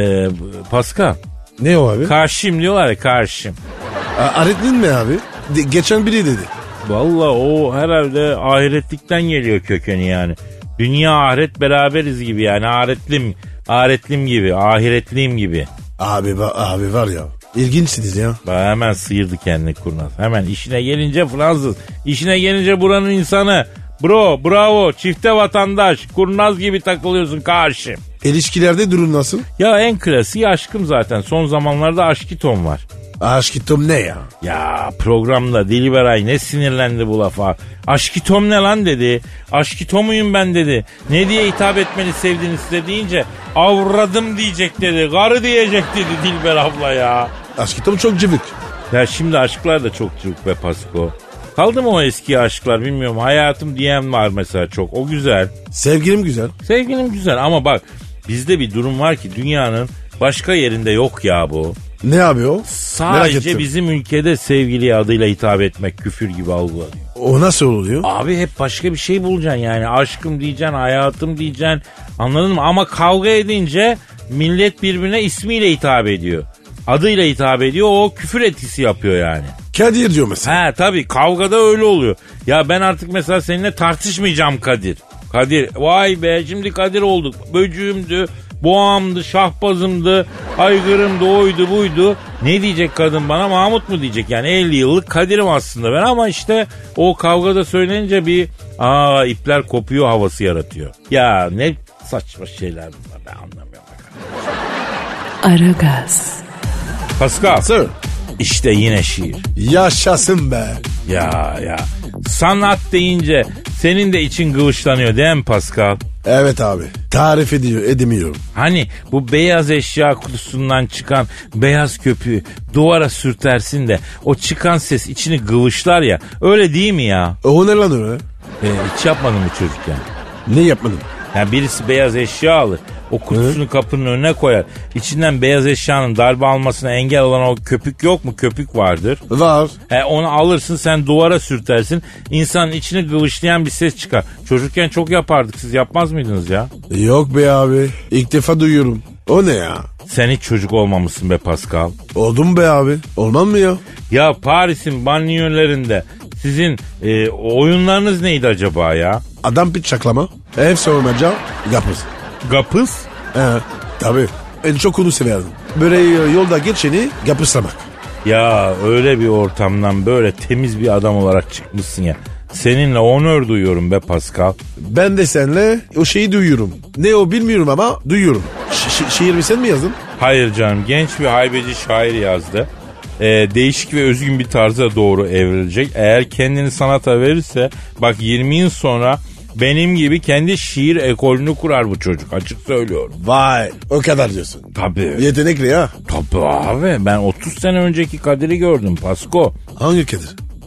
Pascal. Ne o abi? Karşım diyorlar ya karşım. Arettin mi abi? Geçen biri dedi. Vallahi o herhalde ahiretlikten geliyor kökeni yani. Dünya ahiret beraberiz gibi yani ahiretlim gibi ahiretliyim gibi. Abi var ya ilginçsiniz ya. Bak hemen sıyırdı kendini kurnaz. Hemen işine gelince Fransız. İşine gelince buranın insanı. Bravo çifte vatandaş. Kurnaz gibi takılıyorsun karşı. İlişkilerde durum nasıl? Ya en klasiği aşkım zaten. Son zamanlarda aşkitom var. Aşkitom ne ya? Ya programda Dilberay ne sinirlendi bu lafa. Aşkitom ne lan dedi. Aşkitomuyum ben dedi. Ne diye hitap etmeni sevdiğini size deyince avradım diyecek dedi. Karı diyecek dedi Dilber abla ya. Aşkitom çok cıvık. Ya şimdi aşklar da çok cıvık be Pasko. Kaldı mı o eski aşklar bilmiyorum. Hayatım diyen var mesela çok. O güzel. Sevgilim güzel. Sevgilim güzel ama bak bizde bir durum var ki dünyanın başka yerinde yok ya bu. Ne yapıyor? Merak Sadece ettim. bizim ülkede sevgiliye adıyla hitap etmek küfür gibi algılanıyor. O nasıl oluyor? Abi hep başka bir şey bulacaksın yani. Aşkım diyeceksin, hayatım diyeceksin. Anladın mı? Ama kavga edince millet birbirine ismiyle hitap ediyor. Adıyla hitap ediyor. O küfür etkisi yapıyor yani. Kadir diyor mesela. He tabii kavgada öyle oluyor. Ya ben artık mesela seninle tartışmayacağım Kadir. Kadir vay be şimdi Kadir olduk. Böcüğümdü, boğamdı, şahbazımdı, aygırımdı, oydu buydu. Ne diyecek kadın bana? Mahmut mu diyecek? Yani 50 yıllık Kadir'im aslında ben ama işte o kavgada söylenince bir ipler kopuyor havası yaratıyor. Ya ne saçma şeyler bunlar ben anlamıyorum. Aragaz. Pascal Sir. işte yine şiir. Yaşasın be. Ya sanat deyince senin de için gıvışlanıyor değil mi Pascal? Evet abi. Tarif edemiyorum. Hani bu beyaz eşya kutusundan çıkan beyaz köpüğü duvara sürtersin de o çıkan ses içini gıvışlar ya öyle değil mi ya? O ne lan öyle? Hiç yapmadın mı çocukken? Ne yapmadım? Yani birisi beyaz eşya alır. O kutusunu kapının önüne koyar. İçinden beyaz eşyanın darbe almasına engel olan o köpük yok mu? Köpük vardır. Var. Onu alırsın sen duvara sürtersin. İnsanın içini gıvışlayan bir ses çıkar. Çocukken çok yapardık. Siz yapmaz mıydınız ya? Yok be abi. İlk defa duyuyorum. O ne ya? Sen hiç çocuk olmamışsın be Pascal. Oldum be abi. Olmam mı ya? Ya Paris'in banliyölerinde sizin oyunlarınız neydi acaba ya? Adam bıçaklama. Ev soğumaca. Yapız. Gapız? Tabii. En çok onu severdim. Böyle yolda geçeni yapıslamak. Ya öyle bir ortamdan böyle temiz bir adam olarak çıkmışsın ya. Seninle onur duyuyorum be Pascal. Ben de seninle o şeyi duyuyorum. Ne o bilmiyorum ama duyuyorum. Şiir mi sen mi yazdın? Hayır canım genç bir haybeci şair yazdı. Değişik ve özgün bir tarza doğru evrilecek. Eğer kendini sanata verirse bak 20 yıl sonra benim gibi kendi şiir ekolünü kurar bu çocuk açık söylüyorum. Vay o kadar diyorsun. Tabii. Yetenekli ya. Tabii abi ben 30 sene önceki Kadir'i gördüm Pasko. Hangi Kadir?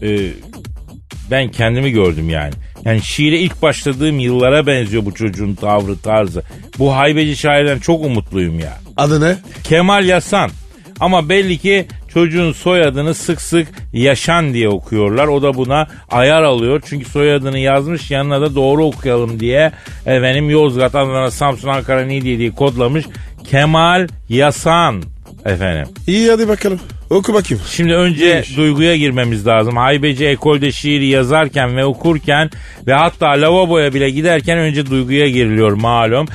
Ben kendimi gördüm yani. Yani şiire ilk başladığım yıllara benziyor bu çocuğun tavrı tarzı. Bu haybeci şairden çok umutluyum ya. Adı ne? Kemal Yasan. Ama belli ki çocuğun soyadını sık sık Yaşan diye okuyorlar. O da buna ayar alıyor. Çünkü soyadını yazmış yanına da doğru okuyalım diye. Efendim Yozgat, Adana, Samsun, Ankara, Niğde diye kodlamış. Kemal Yasan efendim. İyi hadi bakalım. Oku bakayım. Şimdi önce duyguya girmemiz lazım. Haybeci ekolde şiiri yazarken ve okurken ve hatta lavaboya bile giderken önce duyguya giriliyor malum.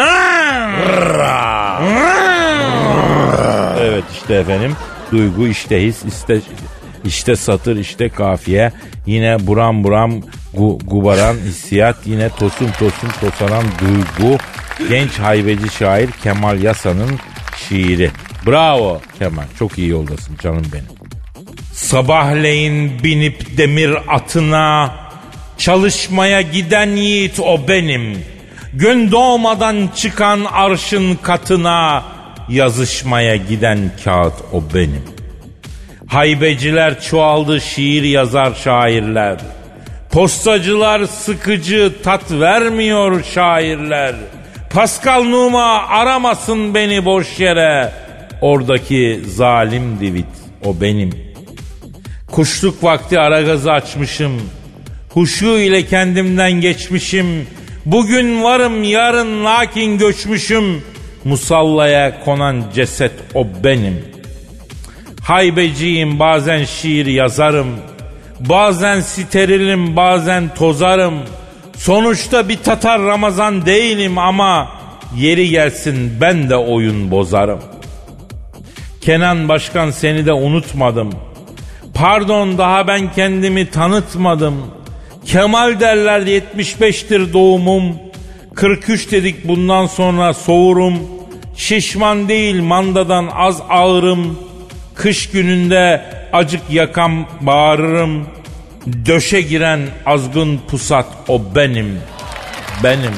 Evet işte efendim. Duygu, işte his, işte satır, işte kafiye. Yine buram buram gubaran hissiyat. Yine tosun tosun tosaran duygu. Genç haybeci şair Kemal Yasan'ın şiiri. Bravo Kemal. Çok iyi yoldasın canım benim. Sabahleyin binip demir atına çalışmaya giden yiğit o benim. Gün doğmadan çıkan arşın katına yazışmaya giden kağıt o benim. Haybeciler çoğaldı şiir yazar şairler. Postacılar sıkıcı tat vermiyor şairler. Pascal Numa aramasın beni boş yere. Oradaki zalim divit o benim. Kuşluk vakti Aragaz'ı açmışım. Huşu ile kendimden geçmişim. Bugün varım yarın lakin göçmüşüm. Musallaya konan ceset o benim. Haybeciyim bazen şiir yazarım. Bazen sterilim bazen tozarım. Sonuçta bir Tatar Ramazan değilim ama yeri gelsin ben de oyun bozarım. Kenan Başkan seni de unutmadım. Pardon daha ben kendimi tanıtmadım. Kemal derler 75'tir doğumum. 43 dedik bundan sonra soğurum. Şişman değil mandadan az ağırım. Kış gününde acık yakam bağırırım. Döşe giren azgın pusat o benim. Benim.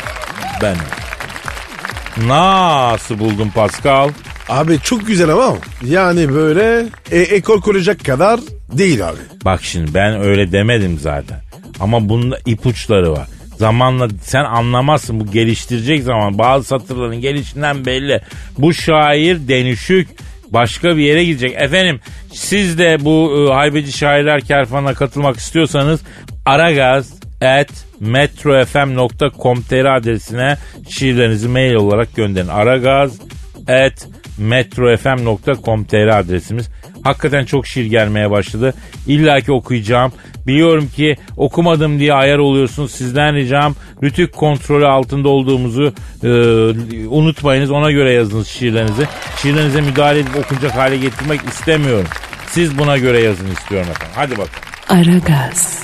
Nasıl buldun Pascal? Abi çok güzel ama yani böyle ekol kuracak kadar değil abi. Bak şimdi ben öyle demedim zaten. Ama bunda ipuçları var. Zamanla sen anlamazsın, bu geliştirecek zaman bazı satırların gelişinden belli. Bu şair denüşük, Başka bir yere gidecek. Efendim siz de bu haybeci şairler kervanına katılmak istiyorsanız aragaz@metrofm.com.tr adresine şiirlerinizi mail olarak gönderin. aragaz@metrofm.com.tr adresimiz. Hakikaten çok şiir gelmeye başladı. İlla ki okuyacağım. Biliyorum ki okumadım diye ayar oluyorsunuz. Sizden ricam rütük kontrolü altında olduğumuzu unutmayınız. Ona göre yazınız şiirlerinizi. Şiirlerinize müdahale edip okunacak hale getirmek istemiyorum. Siz buna göre yazın istiyorum efendim. Hadi bakalım. Aragaz.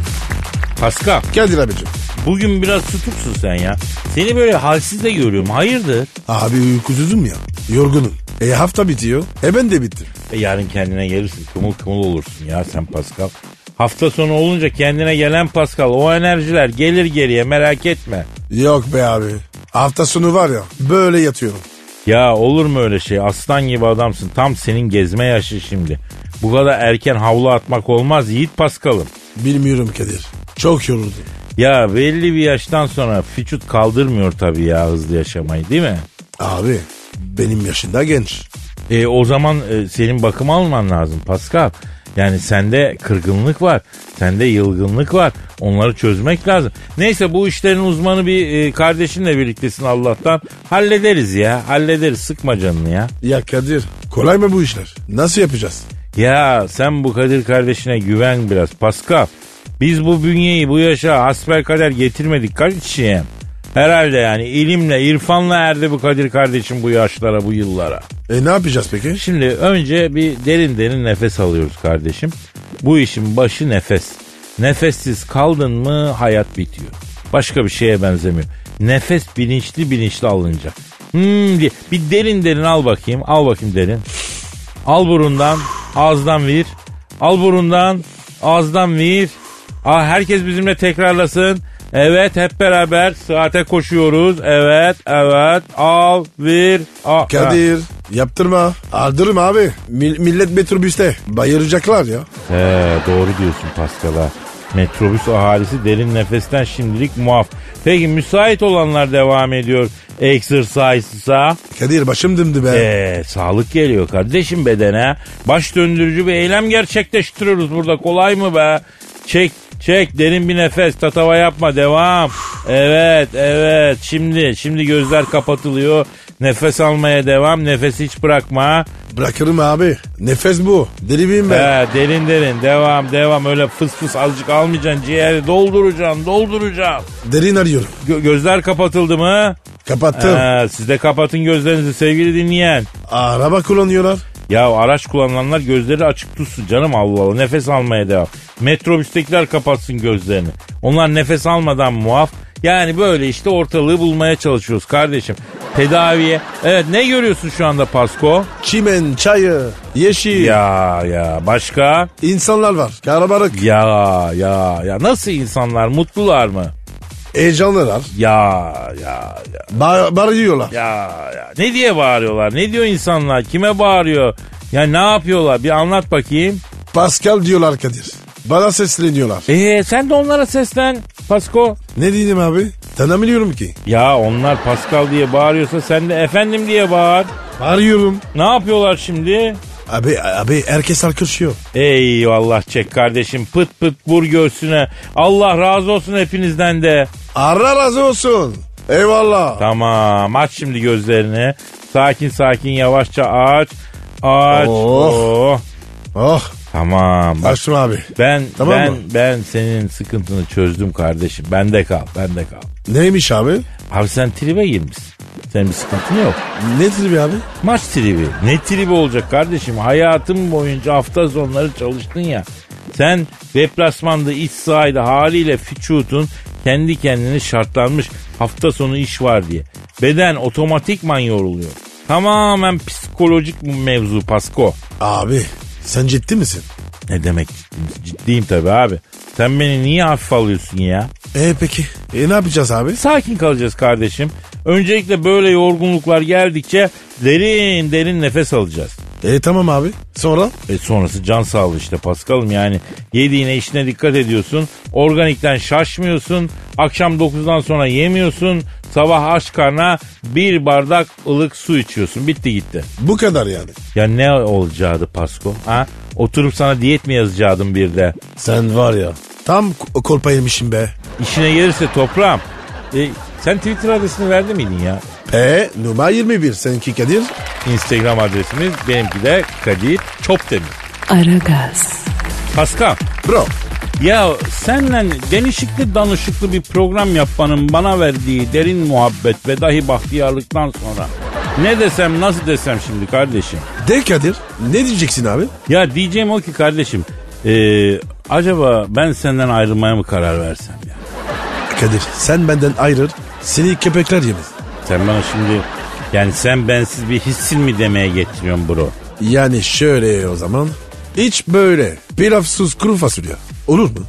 Pascal, Kadir abicim. bugün biraz tutuksun sen ya. Seni böyle halsiz de görüyorum. Hayırdır? Abi uykusuzum ya. Yorgunum. Hafta bitiyor. Ben de bittim. Yarın kendine gelirsin. Kımıl kımıl olursun ya sen Pascal. Hafta sonu olunca kendine gelen Pascal. O enerjiler gelir geriye, merak etme. Yok be abi. Hafta sonu var ya böyle yatıyorum. Ya olur mu öyle şey? Aslan gibi adamsın. Tam senin gezme yaşı şimdi. Bu kadar erken havlu atmak olmaz Yiğit Pascal'ım. Bilmiyorum Kadir. Çok yoruldum. Ya belli bir yaştan sonra vücut kaldırmıyor tabii ya hızlı yaşamayı, değil mi? Abi benim yaşında genç. O zaman senin bakım alman lazım Pascal. Yani sende kırgınlık var. Sende yılgınlık var. Onları çözmek lazım. Neyse bu işlerin uzmanı bir kardeşinle birliktesin Allah'tan. Hallederiz ya. Hallederiz. Sıkma canını ya. Ya Kadir kolay mı bu işler? Nasıl yapacağız? Ya sen bu Kadir kardeşine güven biraz Pascal. Biz bu bünyeyi bu yaşa hasbelkader getirmedik kardeşim. Herhalde yani ilimle, irfanla erdi bu Kadir kardeşim bu yaşlara, bu yıllara. Ne yapacağız peki? Şimdi önce bir derin derin nefes alıyoruz kardeşim. Bu işin başı nefes. Nefessiz kaldın mı hayat bitiyor. Başka bir şeye benzemiyor. Nefes bilinçli alınacak. Diye. Bir derin derin al bakayım. Al bakayım derin. Al burundan, ağızdan vir. Al burundan, ağızdan vir. Herkes bizimle tekrarlasın. Evet hep beraber saate koşuyoruz. Evet. Al, vir. Kadir yaptırma. Aldırma abi. Millet metrobüste bayılacaklar ya. Doğru diyorsun Pascal'a. Metrobüs ahalisi derin nefesten şimdilik muaf. Peki müsait olanlar devam ediyor exercise'a. Kadir başım dımdı be. Sağlık geliyor kardeşim bedene. Baş döndürücü bir eylem gerçekleştiriyoruz burada. Kolay mı be? Çek derin bir nefes, tatava yapma, devam. Evet şimdi gözler kapatılıyor. Nefes almaya devam, nefesi hiç bırakma. Bırakırım abi, nefes bu, deli miyim ben? Derin devam, öyle fıs azıcık almayacaksın, ciğeri dolduracaksın. Derin arıyorum. Gözler kapatıldı mı? Kapattım. Siz de kapatın gözlerinizi sevgili dinleyen. Araba kullanıyorlar. Ya araç kullananlar gözleri açık tutsun canım, Allah Allah, nefes almaya devam. Metrobüstekiler kapatsın gözlerini. Onlar nefes almadan muaf. Yani böyle işte ortalığı bulmaya çalışıyoruz kardeşim. Tedaviye. Evet, ne görüyorsun şu anda Pasko? Çimen, çayı, yeşil. Ya başka? İnsanlar var. Karabalık. Ya nasıl insanlar? Mutlular mı? Heyecanlılar. Ya. Bağırıyorlar. Ya. Ne diye bağırıyorlar? Ne diyor insanlar? Kime bağırıyor? Ya ne yapıyorlar? Bir anlat bakayım. Pascal diyorlar Kadir. Bana sesleniyorlar. Sen de onlara seslen Pasko. Ne diyeyim abi? Tanımıyorum ki. Ya onlar Pascal diye bağırıyorsa sen de efendim diye bağır. Bağırıyorum. Ne yapıyorlar şimdi? Abi herkes alkışlıyor. Eyvallah çek kardeşim, pıt vur göğsüne. Allah razı olsun hepinizden de. Allah razı olsun. Eyvallah. Tamam, aç şimdi gözlerini. Sakin yavaşça aç. Oh. Tamam. Bak, açtım abi. Ben senin sıkıntını çözdüm kardeşim. Bende kal. Neymiş abi? Abi sen tribe girmişsin. Senin bir sıkıntın yok. Ne tribi abi? Maç tribi. Ne tribi olacak kardeşim? Hayatın boyunca hafta sonları çalıştın ya. Sen deplasmanda, iç sahada haliyle vücudun kendi kendine şartlanmış, hafta sonu iş var diye. Beden otomatikman yoruluyor. Tamamen psikolojik bu mevzu Pasko. Abi sen ciddi misin? Ne demek ciddiyim tabii abi. Sen beni niye hafife alıyorsun ya? Peki ne yapacağız abi? Sakin kalacağız kardeşim. Öncelikle böyle yorgunluklar geldikçe derin nefes alacağız. Tamam abi. Sonra? Sonrası can sağlığı işte Paskal'ım, yani yediğine içine dikkat ediyorsun. Organikten şaşmıyorsun. Akşam 9'dan sonra yemiyorsun. Sabah aç karnına bir bardak ılık su içiyorsun. Bitti gitti. Bu kadar yani. Ya ne olacaktı Pasko? Ha? Oturup sana diyet mi yazacaktım bir de? Sen var ya tam kolpa yemişim be. İşine gelirse toprağım. Sen Twitter adresini verdi miydin ya? Numara 21 seninki Kadir. Instagram adresimiz, benimki de Kadir Çopdemir. Aragaz, Pascal. Bro. Ya senle denişikli danışıklı bir program yapmanın bana verdiği derin muhabbet ve dahi bahtiyarlıktan sonra ne desem nasıl desem şimdi kardeşim? De Kadir. Ne diyeceksin abi? Ya diyeceğim o ki kardeşim, acaba ben senden ayrılmaya mı karar versem ya? Kadir sen benden ayrıl. Seni köpekler yemez. Sen bana şimdi yani sen bensiz bir hissin mi demeye getiriyorsun bro? Yani şöyle o zaman. Hiç böyle pilavsız kuru fasulye. Olur mu?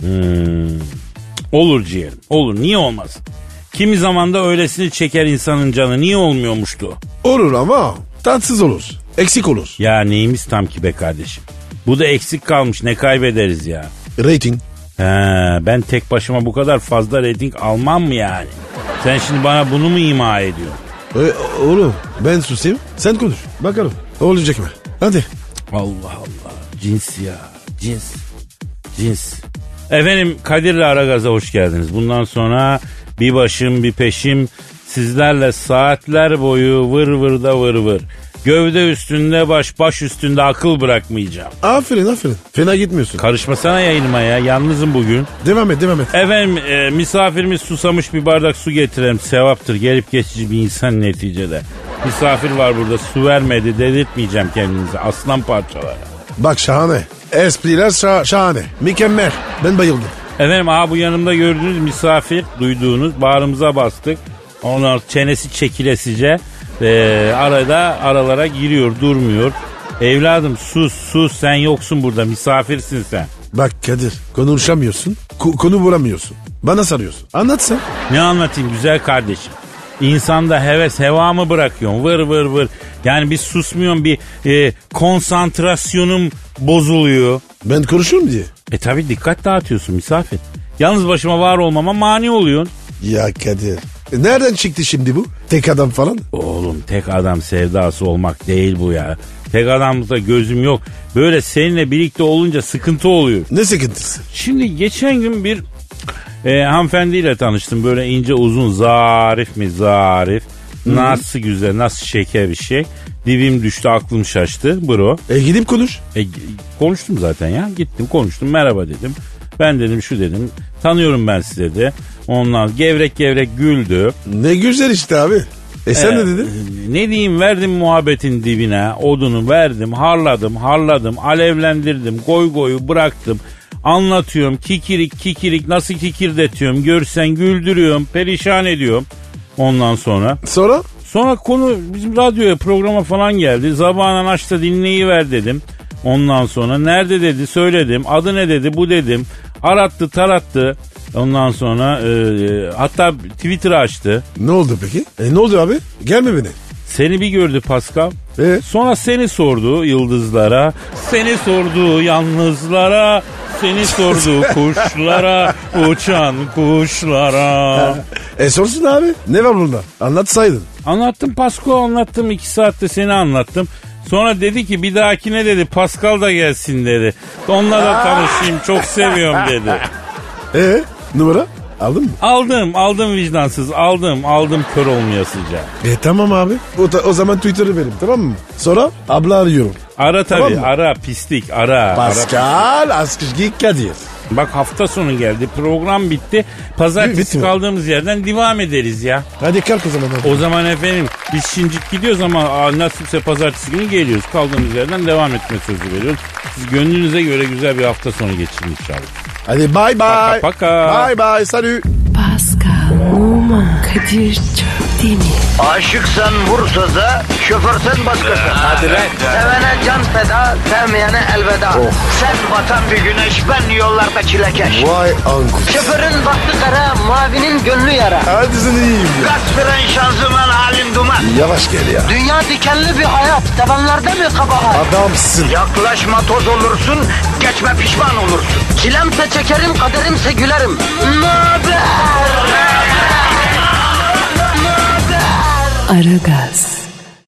Olur ciğerim, olur, niye olmaz? Kimi zaman da öylesini çeker insanın canı, niye olmuyormuştu? Olur ama tatsız olur. Eksik olur. Ya neyimiz tam ki be kardeşim? Bu da eksik kalmış, ne kaybederiz ya? Rating. Ben tek başıma bu kadar fazla reyting almam mı yani? Sen şimdi bana bunu mu ima ediyorsun? Oğlum ben susayım sen konuş. Bakalım olacak mı? Hadi. Allah Allah, cins ya, cins. Efendim Kadir'le Aragaz'a hoş geldiniz. Bundan sonra bir başım bir peşim sizlerle saatler boyu vır vır da vır vır. Gövde üstünde baş üstünde akıl bırakmayacağım. Aferin. Fena gitmiyorsun. Karışmasana yayınıma ya, yalnızım bugün. Devam et. Efendim misafirimiz susamış, bir bardak su getirelim. Sevaptır, gelip geçici bir insan neticede. Misafir var burada, su vermedi dedirtmeyeceğim kendinize aslan parçaları. Bak şahane. Espriler şahane. Mükemmel. Ben bayıldım. Efendim bu yanımda gördüğünüz misafir, duyduğunuz, bağrımıza bastık. Onlar çenesi çekilesice aralara giriyor, durmuyor. Evladım sus sen yoksun burada, misafirsin sen. Bak Kadir konuşamıyorsun. Konu bulamıyorsun. Bana sarıyorsun. Anlatsana. Ne anlatayım güzel kardeşim? İnsanda heves heva mı bırakıyorsun? Vır. Yani bir susmuyorum, bir konsantrasyonum bozuluyor. Ben konuşurum diye. Tabi dikkat dağıtıyorsun misafir. Yalnız başıma var olmama mani oluyorsun. Ya Kadir. Nereden çıktı şimdi bu? Tek adam falan. Oğlum tek adam sevdası olmak değil bu ya. Tek adamlıkta gözüm yok. Böyle seninle birlikte olunca sıkıntı oluyor. Ne sıkıntısı? Şimdi geçen gün bir hanımefendiyle tanıştım. Böyle ince uzun, zarif mi zarif. Nasıl güzel, nasıl şeker bir şey. Dibim düştü, aklım şaştı bro. Gidip konuş. Konuştum zaten ya. Gittim konuştum, merhaba dedim. Ben dedim şu dedim. Tanıyorum ben sizi dedi. Ondan gevrek güldü. Ne güzel işte abi. Sen ne dedin? Ne diyeyim, verdim muhabbetin dibine. Odunu verdim, harladım, alevlendirdim. Goyu bıraktım. Anlatıyorum, kikirik nasıl kikirdetiyorum. Görsen güldürüyorum, perişan ediyorum. Ondan sonra. Sonra konu bizim radyoya, programa falan geldi. Zabanan açta dinleyiver dedim. Ondan sonra nerede dedi söyledim. Adı ne dedi bu dedim. Arattı tarattı. Ondan sonra hatta Twitter'ı açtı. Ne oldu peki? Ne oldu abi? Gelme beni. Seni bir gördü Pascal. Evet. Sonra seni sordu yıldızlara. Seni sordu yalnızlara. Seni sordu kuşlara. Uçan kuşlara. Sorsun abi. Ne var bunda? Anlatsaydın. Anlattım Pasko, anlattım. 2 saatte seni anlattım. Sonra dedi ki bir dahakine dedi Pascal da gelsin dedi. Onunla da tanışayım, çok seviyorum dedi. Numara aldın mı? Aldım vicdansız, aldım kör olmayasıca. Tamam abi. O zaman Twitter'ı verim, tamam mı? Sonra abla arıyorum. Ara tabii, tamam, ara pislik ara. Pascal Askışgi Kadir. Bak hafta sonu geldi, program bitti. Pazartesi kaldığımız yerden devam ederiz ya. Hadi kalk o zaman. Hadi. O zaman efendim biz şincik gidiyoruz ama nasipse pazartesi günü geliyoruz. Kaldığımız yerden devam etme sözü veriyoruz. Siz gönlünüze göre güzel bir hafta sonu geçirin inşallah. Hadi bye. Paka. Bye. Salut. Pascal, Oman, Kadir çok değil mi? Aşıksan vursa da, şoförsen başkasın. Hadi lan. Sevene can feda, sevmeyene elveda. Sen batan bir güneş, ben yollarda çilekeş. Vay anku. Şoförün baktı kara, mavinin gönlü yara. Hadi sen iyiyim ya. Kasperen şanzıman halin duman. Yavaş gel ya. Dünya dikenli bir hayat, sevenlerde mi kabahar? Adamsın. Yaklaşma toz olursun, geçme pişman olursun. Çilemse çekerim, kaderimse gülerim. Möber! Aragaz.